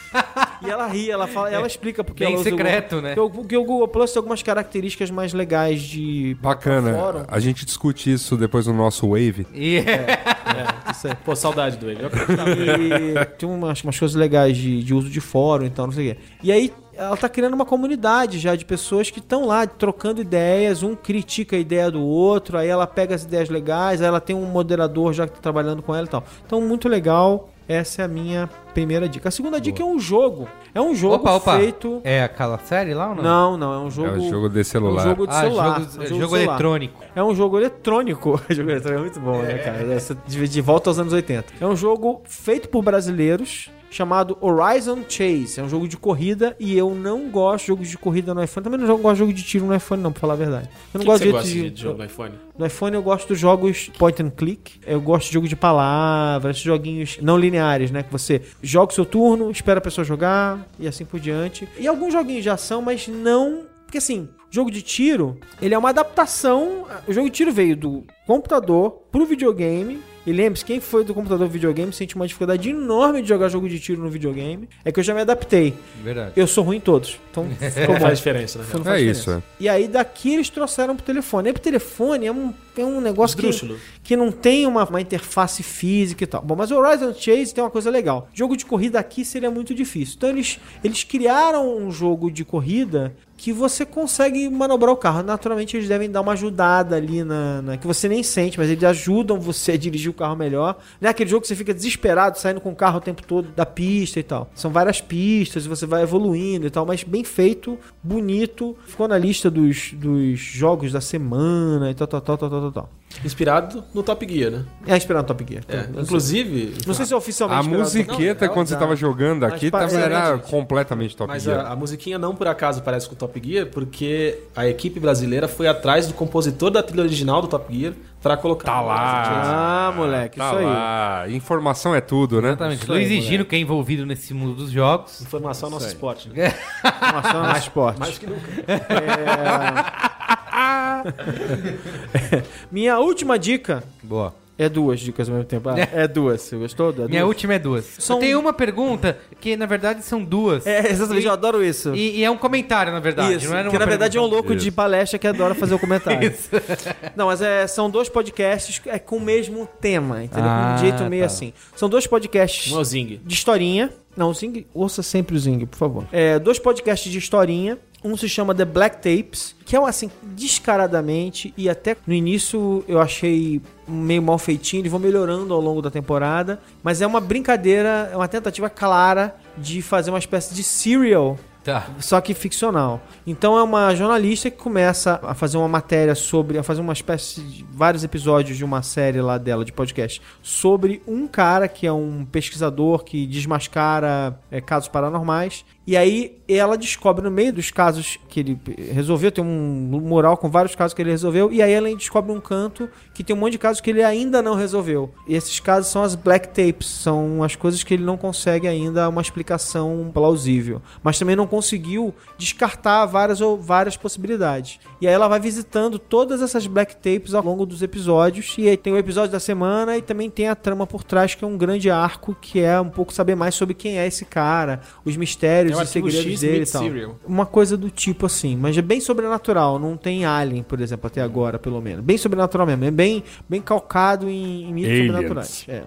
E ela ri, ela, fala, ela explica porque Bem ela usa secreto, o, né? Porque o, porque o Google Plus tem algumas características mais legais de Bacana. fórum. A gente discute isso depois no nosso Wave. E É, isso aí. Pô, saudade do ele. E tem umas, umas coisas legais de, de uso de fórum e tal, não sei o quê. E aí ela tá criando uma comunidade já de pessoas que estão lá trocando ideias, um critica a ideia do outro, aí ela pega as ideias legais, aí ela tem um moderador já que tá trabalhando com ela e tal. Então, muito legal. Essa é a minha primeira dica. A segunda dica Boa. é um jogo. É um jogo opa, opa. feito... É aquela série lá ou não? Não, não. É um jogo... É um jogo de celular. É um jogo de Ah, celular. jogo, É um jogo, jogo de celular. eletrônico. É um jogo eletrônico. jogo eletrônico é muito bom, né, cara? Essa de, de volta aos anos oitenta. É um jogo feito por brasileiros, chamado Horizon Chase. É um jogo de corrida e eu não gosto de jogos de corrida no iPhone. Também não gosto de jogo de tiro no iPhone, não, pra falar a verdade. Eu não que gosto que você de, gosta de, de jogo no iPhone? No iPhone eu gosto dos jogos point and click. Eu gosto de jogo de palavras, esses joguinhos não lineares, né? Que você joga o seu turno, espera a pessoa jogar e assim por diante. E alguns joguinhos de ação, mas não... Porque assim, jogo de tiro, ele é uma adaptação... O jogo de tiro veio do computador pro videogame... E lembre-se, quem foi do computador videogame sente uma dificuldade enorme de jogar jogo de tiro no videogame. É que eu já me adaptei. Verdade. Eu sou ruim em todos. Então, ficou bom. Faz diferença, né? Não É faz isso, diferença. é. E aí daqui eles trouxeram pro telefone. Aí pro telefone é um, é um negócio que, Esdrúxulo. que não tem uma, uma interface física e tal. Bom, mas o Horizon Chase tem uma coisa legal. Jogo de corrida aqui seria muito difícil. Então eles, eles criaram um jogo de corrida que você consegue manobrar o carro. Naturalmente eles devem dar uma ajudada ali na, na... que você nem sente, mas eles ajudam você a dirigir o carro melhor. Não é aquele jogo que você fica desesperado saindo com o carro o tempo todo da pista e tal. São várias pistas e você vai evoluindo e tal, mas bem feito, bonito. Ficou na lista dos, dos jogos da semana e tal, tal, tal, tal, tal, tal. Inspirado no Top Gear, né? É inspirado no Top Gear. É, Então, inclusive... não sei se é oficialmente A inspirado no Top Gear. musiqueta, Não, quando você dá. tava jogando Mas aqui, parece- tava, era gente. completamente Top Mas Gear. a, a musiquinha não por acaso parece com o Top Gear, porque a equipe brasileira foi atrás do compositor da trilha original do Top Gear pra colocar. Tá lá. Ah, moleque, Tá isso aí. lá. Informação é tudo, né? Exatamente. Isso aí, Luiz e moleque. Gino, que é envolvido nesse mundo dos jogos. Informação é nosso esporte. Né? Informação é esporte. Mais que nunca. Minha última dica Boa. é duas dicas ao mesmo tempo. Ah, é duas. Você gostou? É Minha duas? última é duas. São- Eu tenho uma pergunta, que na verdade são duas. É, exatamente, E- eu adoro isso. E, e é um comentário, na verdade. Isso, não era que uma na verdade é um pergunta. louco de palestra que adora fazer o comentário. Isso. Não, mas é, são dois podcasts é, com o mesmo tema, entendeu? Com Ah, um jeito meio tá. assim. São dois podcasts Um é o Zing. de historinha. Não, o Zing, ouça sempre o Zing, por favor. É, dois podcasts de historinha. Um se chama The Black Tapes, que é um assim, descaradamente, e até no início eu achei meio mal feitinho, eles vão melhorando ao longo da temporada, mas é uma brincadeira, é uma tentativa clara de fazer uma espécie de serial, Tá. só que ficcional. Então é uma jornalista que começa a fazer uma matéria sobre, a fazer uma espécie de vários episódios de uma série lá dela, de podcast, sobre um cara que é um pesquisador que desmascara é, casos paranormais. E aí ela descobre no meio dos casos que ele resolveu, tem um mural com vários casos que ele resolveu, e aí ela descobre um canto que tem um monte de casos que ele ainda não resolveu. E esses casos são as black tapes, são as coisas que ele não consegue ainda uma explicação plausível. Mas também não conseguiu descartar várias ou várias possibilidades. E aí ela vai visitando todas essas black tapes ao longo dos episódios, e aí tem o episódio da semana e também tem a trama por trás, que é um grande arco, que é um pouco saber mais sobre quem é esse cara, os mistérios, É um os arquivo segredos X dele e meets tal. serial. Uma coisa do tipo assim, mas é bem sobrenatural, não tem Alien, por exemplo, até agora, pelo menos. Bem sobrenatural mesmo, é bem, bem calcado em, em mitos Aliens. sobrenaturais. É.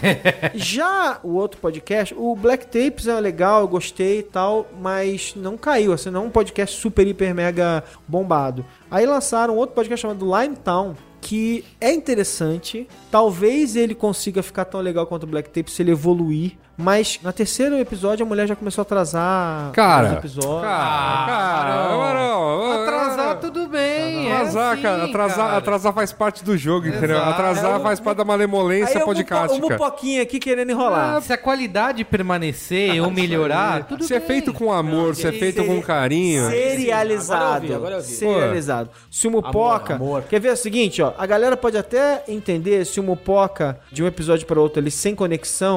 Já o outro podcast, o Black Tapes é legal, eu gostei e tal, mas não caiu, assim, não é um podcast super, hiper, mega bombado. Aí lançaram outro podcast chamado Limetown, que é interessante, talvez ele consiga ficar tão legal quanto o Black Tape se ele evoluir, mas no terceiro episódio a mulher já começou a atrasar Cara, os episódios. Cara, cara, Marão, Atrasar tudo bem. Atrasar, é cara, assim, atrasar, cara. atrasar faz parte do jogo, entendeu? Exato. Atrasar É, o- faz parte da malemolência Aí o podcástica. Mupo- o Mupoquinha aqui querendo enrolar. Ah, se a qualidade permanecer ou melhorar, tudo Se é bem. feito com amor, se é feito com carinho. Serializado. Agora eu vi, agora eu vi. Serializado. Se o Mupoca... Amor, amor. Quer ver o seguinte, ó. A galera pode até entender se o Mupoca, de um episódio para outro, ele sem conexão,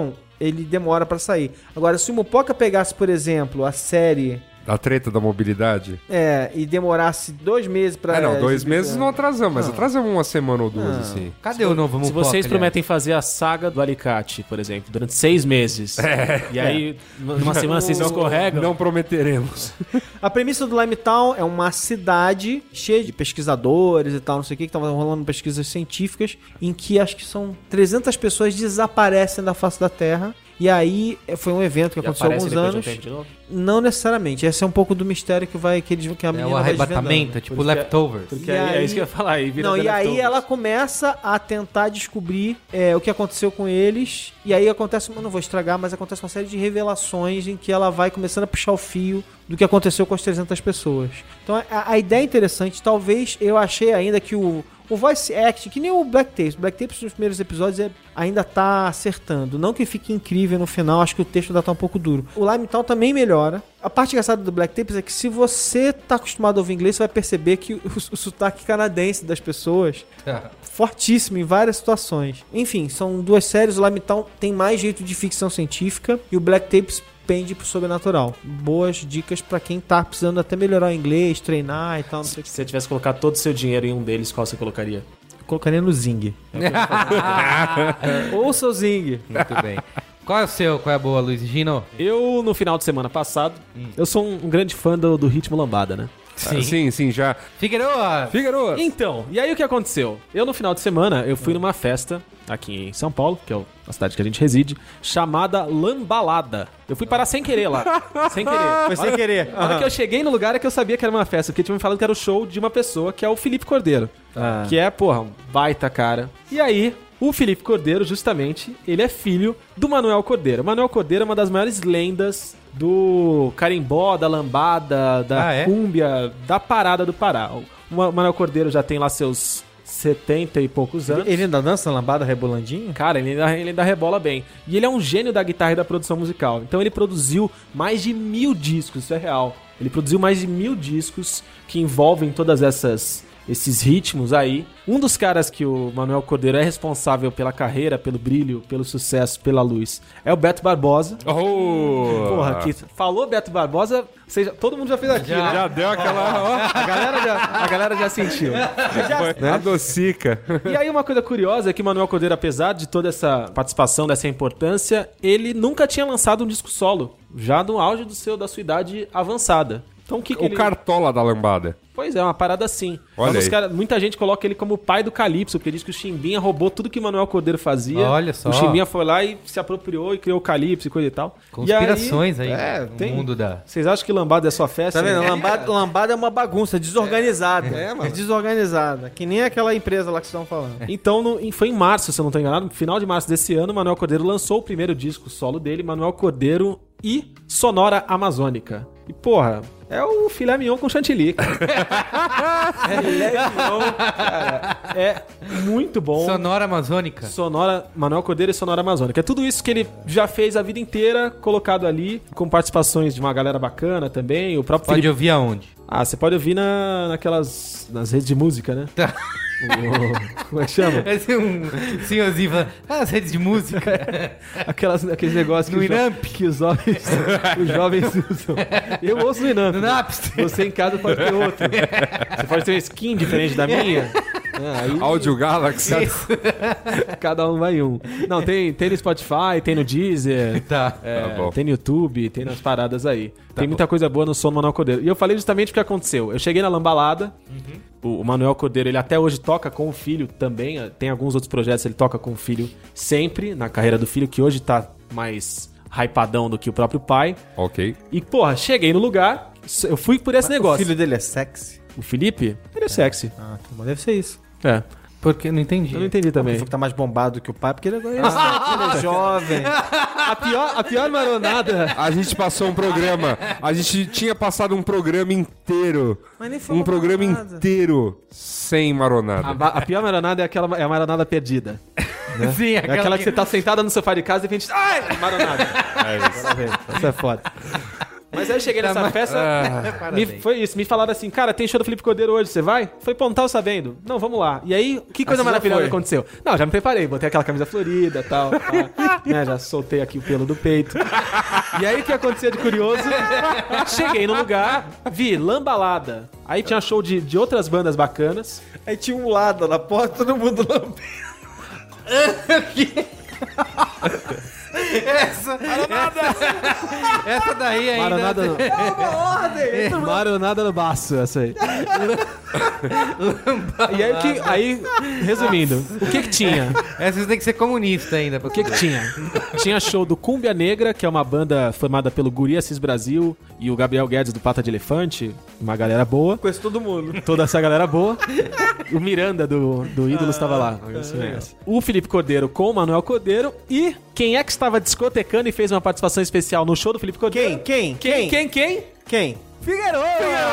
ele demora pra sair. Agora, se o Mupoca pegasse, por exemplo, a série... A treta da mobilidade? É, e demorasse dois meses pra... É, não, dois exibir- meses não atrasamos, mas Não. atrasamos uma semana ou duas, Não. assim. Cadê o novo Se Mupoca, vocês aliás? prometem fazer a saga do alicate, por exemplo, durante seis meses, e aí numa semana vocês escorregam, Não prometeremos. A premissa do Limetown é uma cidade cheia de pesquisadores e tal, não sei o que, que estavam rolando pesquisas científicas, em que acho que são trezentas pessoas desaparecem da face da Terra. E aí foi um evento que e aconteceu há aparece alguns depois de um anos. tempo de novo. Não necessariamente. Esse é um pouco do mistério que vai que, eles, que a É menina o vai arrebatamento, desvendando. é tipo Por isso que é- Leftovers. Porque E aí, é aí- isso que eu ia falar. Aí vira Não, The e aí Leftovers. ela começa a tentar descobrir é, o que aconteceu com eles. E aí acontece, eu não vou estragar, mas acontece uma série de revelações em que ela vai começando a puxar o fio do que aconteceu com as trezentas pessoas. Então a, a ideia é interessante. Talvez eu achei ainda que o, o voice acting, que nem o Black Tapes. Black Tapes nos primeiros episódios é, ainda tá acertando. Não que fique incrível no final, acho que o texto ainda tá um pouco duro. O Limetown também melhora. A parte engraçada do Black Tapes é que se você tá acostumado a ouvir inglês, você vai perceber que o, o sotaque canadense das pessoas fortíssimo em várias situações. Enfim, são duas séries. O Limetown tem mais jeito de ficção científica e o Black Tapes pende pro sobrenatural. Boas dicas pra quem tá precisando até melhorar o inglês, treinar e tal, não sei o que. Se você tivesse colocado todo o seu dinheiro em um deles, qual você colocaria? Eu colocaria no Zing. Ouça o Zing. Muito bem. Qual é o seu? Qual é a boa, Luiz Gino? Eu, no final de semana passado, eu sou um, um grande fã do, do ritmo lambada, né? Sim, sim, sim já. Figueroa! Figueroa! Então, e aí o que aconteceu? Eu, no final de semana, eu fui numa festa aqui em São Paulo, que é a cidade que a gente reside, chamada Lambalada. Eu fui parar sem querer lá. Sem querer. Foi sem querer. Na hora que eu cheguei no lugar é que eu sabia que era uma festa, porque tinha me falado que era o show de uma pessoa, que é o Felipe Cordeiro. Ah. Que é, porra, um baita cara. E aí, o Felipe Cordeiro, justamente, ele é filho do Manuel Cordeiro. O Manuel Cordeiro é uma das maiores lendas do carimbó, da lambada, da Ah, é? cúmbia, da parada do Pará. O Manuel Cordeiro já tem lá seus setenta e poucos anos. Ele ainda dança lambada rebolandinho? Cara, ele ainda, ele ainda rebola bem. E ele é um gênio da guitarra e da produção musical. Então ele produziu mais de mil discos, isso é real. Ele produziu mais de mil discos que envolvem todas essas... esses ritmos aí. Um dos caras que o Manuel Cordeiro é responsável pela carreira, pelo brilho, pelo sucesso, pela luz, é o Beto Barbosa. Oh! Porra, que falou Beto Barbosa, você já- todo mundo já fez aqui, né? Já deu aquela, ó, A galera já, a galera já sentiu. foi a docica. E aí uma coisa curiosa é que o Manuel Cordeiro, apesar de toda essa participação, dessa importância, ele nunca tinha lançado um disco solo, já no auge do seu, da sua idade avançada. Então o que, que O ele... cartola da lambada. Pois é, uma parada assim. Olha Então, os aí. cara- muita gente coloca ele como o pai do Calypso, porque diz que o Chimbinha roubou tudo que o Manuel Cordeiro fazia. Olha só. O Chimbinha foi lá e se apropriou e criou o Calypso e coisa e tal. Conspirações e aí, é, no tem... mundo da... Vocês acham que lambada é só festa? Tá vendo? né? Lambada, lambada é uma bagunça, desorganizada. É, mano. desorganizada. Que nem aquela empresa lá que vocês estão falando. Então, no- em- foi em março, se eu não estou enganado, no final de março desse ano, o Manuel Cordeiro lançou o primeiro disco solo dele, Manuel Cordeiro e Sonora Amazônica. E, porra, é o filé mignon com chantilly, cara. é filé mignon, cara. É muito bom. Sonora Amazônica. Sonora, Manuel Cordeiro e Sonora Amazônica. É tudo isso que ele já fez a vida inteira, colocado ali, com participações de uma galera bacana também. O próprio Pode Felipe... ouvir aonde? Ah, você pode ouvir na, naquelas... nas redes de música, né? Tá. O- como é que chama? Esse é um senhorzinho falando, ah, as redes de música. Aquelas, aqueles negócios No que, os jo- Inamp. que os jovens, os jovens usam. Eu ouço no Inamp. No Napster. Você em casa pode ter outro. Você pode ter uma skin diferente da minha. É, aí Audio Galaxy. cada um vai em um. Não, tem, tem no Spotify, tem no Deezer. Tá. é, Tá bom. tem no YouTube, tem nas paradas aí. tem muita coisa boa no som do Manuel Cordeiro. E eu falei justamente o que aconteceu. Eu cheguei na Lambalada. O, o Manuel Cordeiro, ele até hoje toca com o filho também. Tem alguns outros projetos, ele toca com o filho sempre, na carreira do filho, que hoje tá mais hypadão do que o próprio pai. Ok. E, porra, cheguei no lugar, eu fui por esse negócio. O filho dele é sexy? O Felipe, ele é sexy. Ah, tá bom, deve ser isso. É. Porque não entendi. Eu não entendi também. Ele falou que tá mais bombado que o pai, porque ele, ele, é, sexy, ele é jovem. A pior, a pior maronada... A gente passou um programa. A gente tinha passado um programa inteiro. Mas nem foi Um uma programa maronada. inteiro sem A, maronada. ma- a pior maronada é aquela é a maronada perdida. Sim, É aquela que você tá sentada no sofá de casa e de repente... Ai, maronada. É isso. Essa é foda. Mas aí eu cheguei nessa Tá, mas- festa, me, Parabéns. foi isso, me falaram assim, cara, tem show do Felipe Cordeiro hoje, você vai? Falei, pô, não tava sabendo. Não, vamos lá. E aí, que coisa Ah, você já maravilhosa foi? aconteceu? Não, já me preparei, botei aquela camisa florida e tal, tá, né, já soltei aqui o pelo do peito. E aí, o que aconteceu de curioso? Cheguei no lugar, vi Lambalada. Aí tinha show de, de outras bandas bacanas. Aí tinha um lado na porta, todo mundo lambendo. Essa, essa, essa daí ainda... Maronada no... É uma ordem! Maronada no baço, essa aí. E aí, o que, aí, resumindo, o que que tinha? Essa tem que ser comunista ainda. O que que tinha? Tinha show do Cúmbia Negra, que é uma banda formada pelo Guri Assis Brasil e o Gabriel Guedes do Pata de Elefante, uma galera boa. Conheço todo mundo. Toda essa galera boa. O Miranda do, do Ídolos estava lá. O Felipe Cordeiro com o Manuel Cordeiro. E quem é que estava discotecando e fez uma participação especial no show do Felipe Cordeiro? Quem? Quem? Quem? Quem? Quem? Quem? Figueiredo!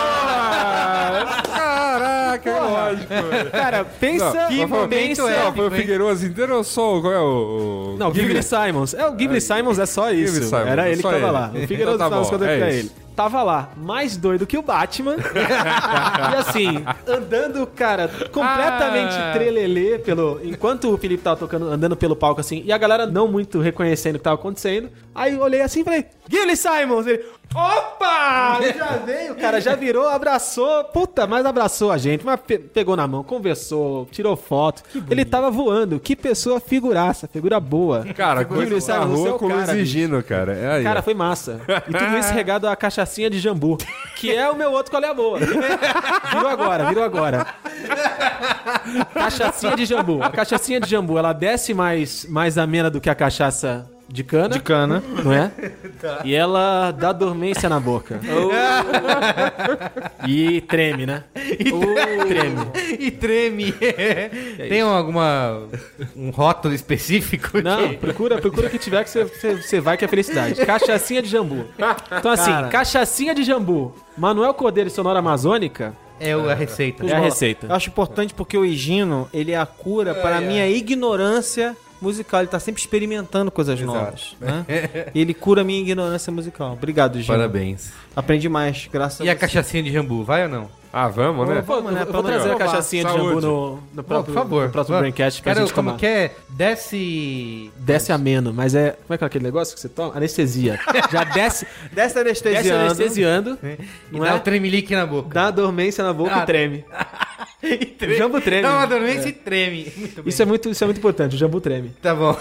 Caraca, é lógico. Cara, pensa Não, que mas foi- momento Não, é. foi o Figueiredo inteiro ou só o- qual é o... o- Não, Ghibli Simons. É, o Ghibli Simons é só isso. Ghibli Simons, Era é ele que só tava ele. lá. O Figueiredo Então tá tava bom, escondendo é pra isso. ele. Tava lá, mais doido que o Batman. E assim, andando, cara, completamente Ah. trelelê pelo. Enquanto o Felipe tava tocando, andando pelo palco assim, e a galera não muito reconhecendo o que tava acontecendo. Aí eu olhei assim e falei, Ghibli Simons! Ele, opa! Já veio, cara, já virou, abraçou. Puta, mas abraçou a gente, mas pe- pegou na mão, conversou, tirou foto. Ele tava voando. Que pessoa figuraça, figura boa. Cara, Ghibli coisa na Simons, você é rua o com cara, Luiz e Gino, cara. É aí. Cara, ó. foi massa. E tudo isso regado a cachaçinha de jambu, que é o meu outro qual é a boa. Virou agora, virou agora. Cachaçinha de jambu. A cachaçinha de jambu, ela desce mais, mais amena do que a cachaça de cana. De cana. Não é? E ela dá dormência na boca. E treme, né? Uh, treme. E treme. Tem alguma... um rótulo específico? Não, que- procura, procura o que tiver que você- você você vai que é felicidade. Cachaçinha de jambu. Então assim, Cara. cachaçinha de jambu. Manuel Cordeiro e Sonora Amazônica É o- a receita. é a receita. Eu acho importante porque o Higino, ele é a cura para a minha ignorância musical. Ele tá sempre experimentando coisas novas. Né? Ele cura a minha ignorância musical. Obrigado, Higino. Parabéns. Aprendi mais, graças E a a cachaçinha de jambu, vai ou não? Ah, vamos, né? Pô, Vamos, né? eu Pra vou não trazer a provar. cachaçinha de Saúde. jambu no, no Pô, próprio, por favor. no próximo Vamos. Braincast pra Quero, gente como tomar. que é? Desce... Desce ameno, mas é... Como é que é aquele negócio que você toma? Anestesia. Já desce, Desce desce anestesiando. anestesiando, E não dá é? o tremelique na boca. Dá dormência na boca Ah. e treme. E treme. O jambu treme. Dá uma dormência e treme. Muito bem. Isso é, muito, isso é muito importante, o jambu treme. Tá bom.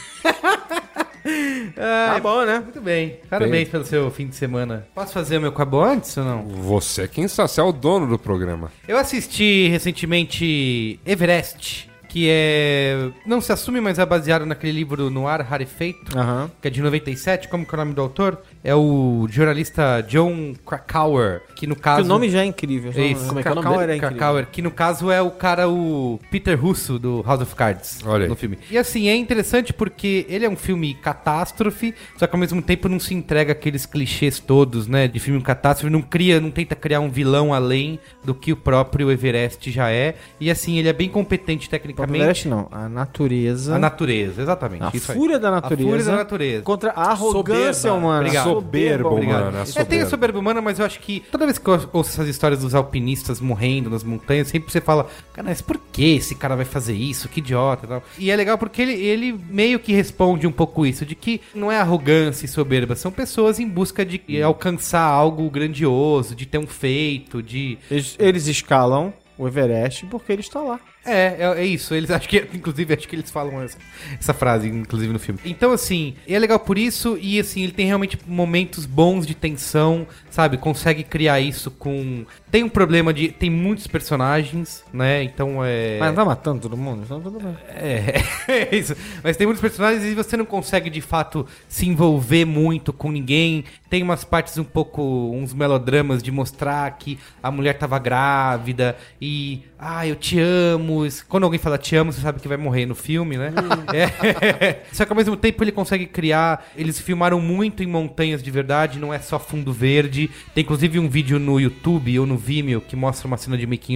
Tá bom, né? Muito bem. Parabéns pelo seu fim de semana. Posso fazer o meu cabo antes ou não? Você é quem sabe, você é o dono do programa. Eu assisti recentemente Everest, que é... não se assume, mas é baseado naquele livro Noir Rarefeito, Aham. que é de noventa e sete. Como que é o nome do autor? É o jornalista John Krakauer, que no caso... O nome já é incrível. É isso. Como é que é o nome Krakauer dele? é incrível. Krakauer, que no caso é o cara, o Peter Russo, do House of Cards, Olha aí. no filme. E assim, é interessante porque ele é um filme catástrofe, só que ao mesmo tempo não se entrega aqueles clichês todos, né, de filme catástrofe, não cria, não tenta criar um vilão além do que o próprio Everest já é. E assim, ele é bem competente O tecnicamente. Everest não, a natureza. A natureza, exatamente. A isso aí. fúria da natureza. A fúria da natureza. Contra a arrogância Soberba. humana. Obrigado. Soberba, humana. mano. É, tem a soberba. soberba humana, mas eu acho que toda vez que eu ouço essas histórias dos alpinistas morrendo nas montanhas, sempre você fala, cara, mas por que esse cara vai fazer isso? Que idiota e tal. E é legal porque ele, ele meio que responde um pouco isso, de que não é arrogância e soberba, são pessoas em busca de alcançar algo grandioso, de ter um feito, de... Eles, eles escalam o Everest porque ele está lá. É, é, é isso. Eles acho que, inclusive, acho que eles falam essa, essa frase, inclusive, no filme. Então, assim, é legal por isso, e assim, ele tem realmente momentos bons de tensão, sabe? Consegue criar isso com. Tem um problema de. Tem muitos personagens, né? Então é. Mas não tá matando todo mundo? Então tudo bem. É, é isso. Mas tem muitos personagens e você não consegue, de fato, se envolver muito com ninguém. Tem umas partes um pouco, uns melodramas de mostrar que a mulher tava grávida e, ah, eu te amo. Quando alguém fala te amo, você sabe que vai morrer no filme, né? É. Só que ao mesmo tempo ele consegue criar, eles filmaram muito em montanhas de verdade, não é só fundo verde. Tem inclusive um vídeo no YouTube ou no Vimeo que mostra uma cena de making off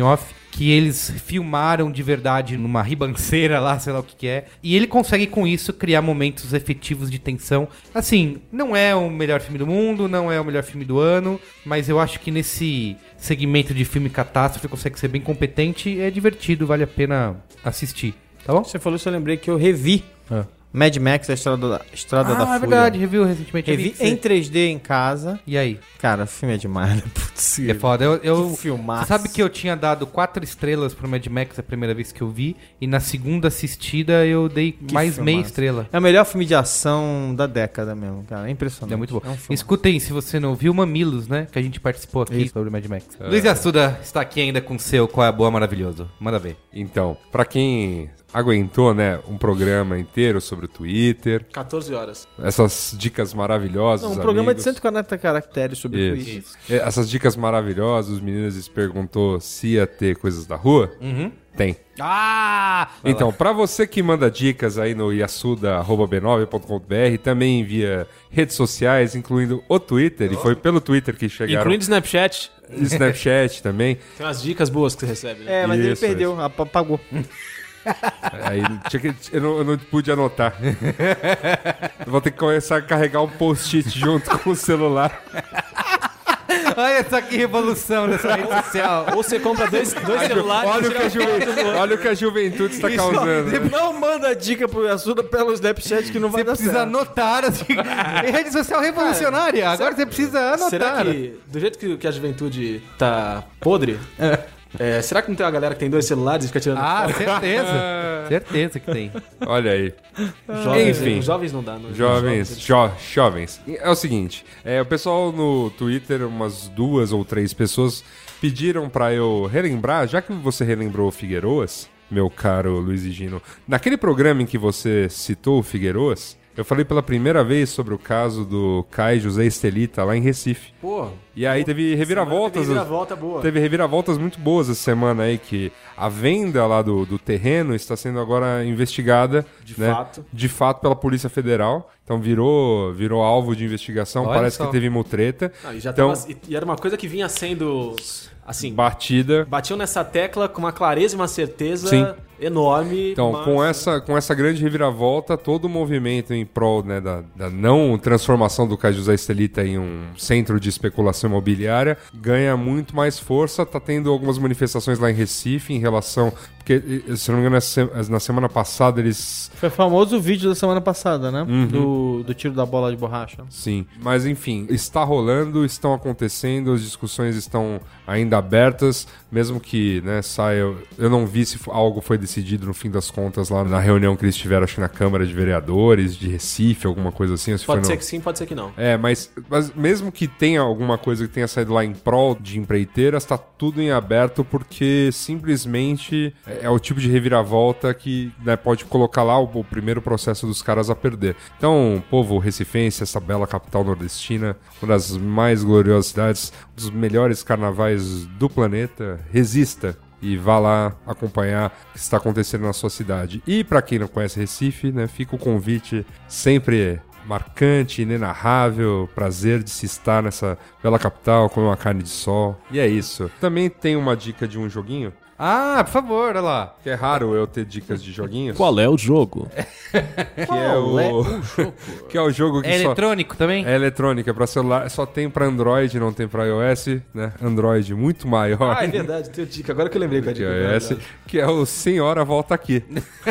que eles filmaram de verdade numa ribanceira lá, sei lá o que que é. E ele consegue com isso criar momentos efetivos de tensão. Assim, não é o melhor filme do mundo, não é o melhor filme do ano, mas eu acho que nesse segmento de filme catástrofe consegue ser bem competente, é divertido, vale a pena assistir, tá bom? Você falou isso, eu lembrei que eu revi Ah. Mad Max, a Estrada da, Estrada Ah, da Fúria. é verdade, review recentemente. Revi em três D em casa. E aí? Cara, o filme é demais, não é É possível. foda. Eu, eu, Que filmaço. Você sabe que eu tinha dado quatro estrelas pro Mad Max a primeira vez que eu vi, e na segunda assistida eu dei mais filmaço. meia estrela. É o melhor filme de ação da década mesmo, cara. É impressionante. É muito bom. É um filme. Escutem, se você não viu, Mamilos, né? Que a gente participou aqui Isso. sobre Mad Max. Luiz Assuda está aqui ainda com o seu Qual é a Boa Maravilhoso. Manda ver. Então, pra quem aguentou, né, um programa inteiro sobre o Twitter, quatorze horas. essas dicas maravilhosas, Não, um programa de amigos. cento e quarenta caracteres sobre Isso. Twitch. É, essas dicas maravilosas, os meninos se perguntou se ia ter coisas da rua. Uhum. Tem. Ah! Então, pra você que manda dicas aí no yasuda arroba b nove ponto com ponto b r, também via redes sociais, incluindo o Twitter, e foi pelo Twitter que chegaram. Incluindo Snapchat. Snapchat também. Tem umas dicas boas que você recebe, né? É, mas ele Isso, perdeu, ap- apagou. Aí tinha que- eu, não, eu não pude anotar. Eu vou ter que começar a carregar um post-it junto com o celular. Olha só que revolução dessa rede social. Ou você compra dois, dois celulares Olha e o, que a tira foto do juventude, outro. olha o que a juventude está causando. né? Não manda dica pro Assuda pelo Snapchat que não vai Você dar precisa certo. anotar. Assim, é rede social revolucionária. Agora você precisa anotar. Será que, do jeito que, que a juventude tá podre, é, será que não tem uma galera que tem dois celulares e fica tirando Ah, foto? certeza. Certeza que tem. Olha aí. Jovens, Enfim. Os jovens não dá, não. Jovens, jo, jovens. É o seguinte, é, o pessoal no Twitter, umas duas ou três pessoas, pediram pra eu relembrar, já que você relembrou o Figueroas, meu caro Luiz e Gino, naquele programa em que você citou o Figueroas, eu falei pela primeira vez sobre o caso do Caio José Estelita lá em Recife. Pô, E aí teve reviravoltas. Teve reviravolta boa. Teve reviravoltas muito boas essa semana aí, que a venda lá do, do terreno está sendo agora investigada. De né, fato. De fato pela Polícia Federal. Então virou, virou alvo de investigação. Olha Parece só. que teve mutreta. Ah, e, já então, tava- e- e era uma coisa que vinha sendo, assim, batida. batiam nessa tecla com uma clareza e uma certeza Sim. enorme. Então, mas- com essa, com essa grande reviravolta, todo o movimento em prol, né, da, da não transformação do Caio José Estelita em um centro de especulação imobiliária ganha muito mais força. Tá tendo algumas manifestações lá em Recife em relação... Porque, se não me engano, na se- na semana passada eles... Foi famoso o vídeo da semana passada, né? Uhum. Do, do tiro da bola de borracha. Sim, mas enfim, está rolando, estão acontecendo, as discussões estão ainda abertas, mesmo que, né, saia... Eu não vi se fo- algo foi decidido no fim das contas lá na reunião que eles tiveram, acho que na Câmara de Vereadores de Recife, alguma coisa assim. ou se Pode foi ser no- que sim, pode ser que não. É, mas, mas mesmo que tenha alguma coisa que tenha saído lá em prol de empreiteiras, tá tudo em aberto porque simplesmente é, é o tipo de reviravolta que, né, pode colocar lá o, o primeiro processo dos caras a perder. Então, povo recifense, essa bela capital nordestina, uma das mais gloriosas cidades, um dos melhores carnavais do planeta, resista e vá lá acompanhar o que está acontecendo na sua cidade. E para quem não conhece Recife, né, fica o convite sempre marcante, inenarrável, prazer de se estar nessa bela capital, comer uma carne de sol. E é isso. Também tem uma dica de um joguinho, Ah, por favor, olha lá. que é raro eu ter dicas de joguinhos. Qual é o jogo? Que é o que é o jogo que É só eletrônico também? é eletrônica, é para celular, só tem para Android, não tem para iOS, né? Android muito maior. Ah, é verdade, tem dica. Agora que eu lembrei que a que dica. é esse, que é o Senhora Volta Aqui.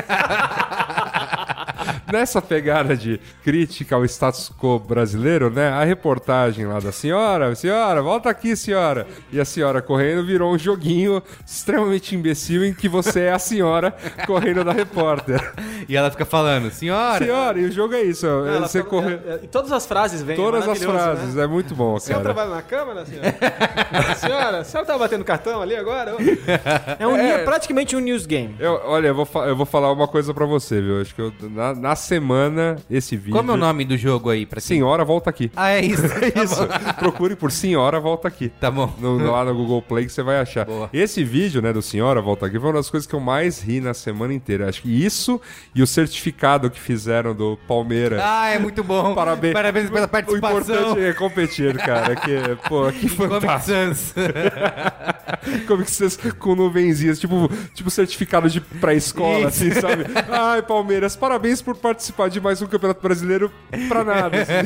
Nessa pegada de crítica ao status quo brasileiro, né? A reportagem lá da senhora, senhora, volta aqui, senhora. E a senhora correndo virou um joguinho extremamente imbecil em que você é a senhora correndo da repórter. E ela fica falando, senhora... Senhora, e o jogo é isso, ó, Ela você fala- corre... é- é- e todas as frases vêm. Todas as maravilhoso, frases, Né? é muito bom, O senhor cara. trabalha na Câmara, senhora? senhora, a senhora tá batendo cartão ali agora? É, um, é praticamente um news game. Eu, olha, eu vou, fa- eu vou falar uma coisa pra você, viu? Acho que eu, na, na semana, esse vídeo... Como é o nome do jogo aí? Pra quem... Senhora, volta aqui. Ah, é isso. É isso. Procure por Senhora, volta aqui. Tá bom. No- lá no Google Play que você vai achar. Boa. Esse vídeo, né, do Senhora, volta aqui, foi uma das coisas que eu mais ri na semana inteira. Acho que isso e o certificado que fizeram do Palmeiras. Ah, é muito bom. Parabéns. Parabéns pela O participação. importante é competir, cara. Que, pô, que Em Comic fantástico. Sans. Como que vocês com nuvenzinhas, tipo, tipo certificado de pré-escola, assim, sabe? Ai, Palmeiras, parabéns por participar de mais um Campeonato Brasileiro pra nada. Assim.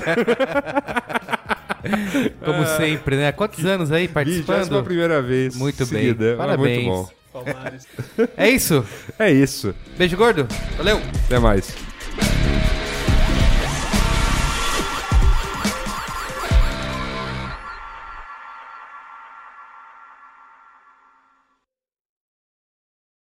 Como sempre, né? Quantos anos aí participando? vigésima primeira vez. Muito seguida. bem, parabéns. Muito bom. Palmares. É isso? É isso. Beijo gordo. Valeu. Até mais.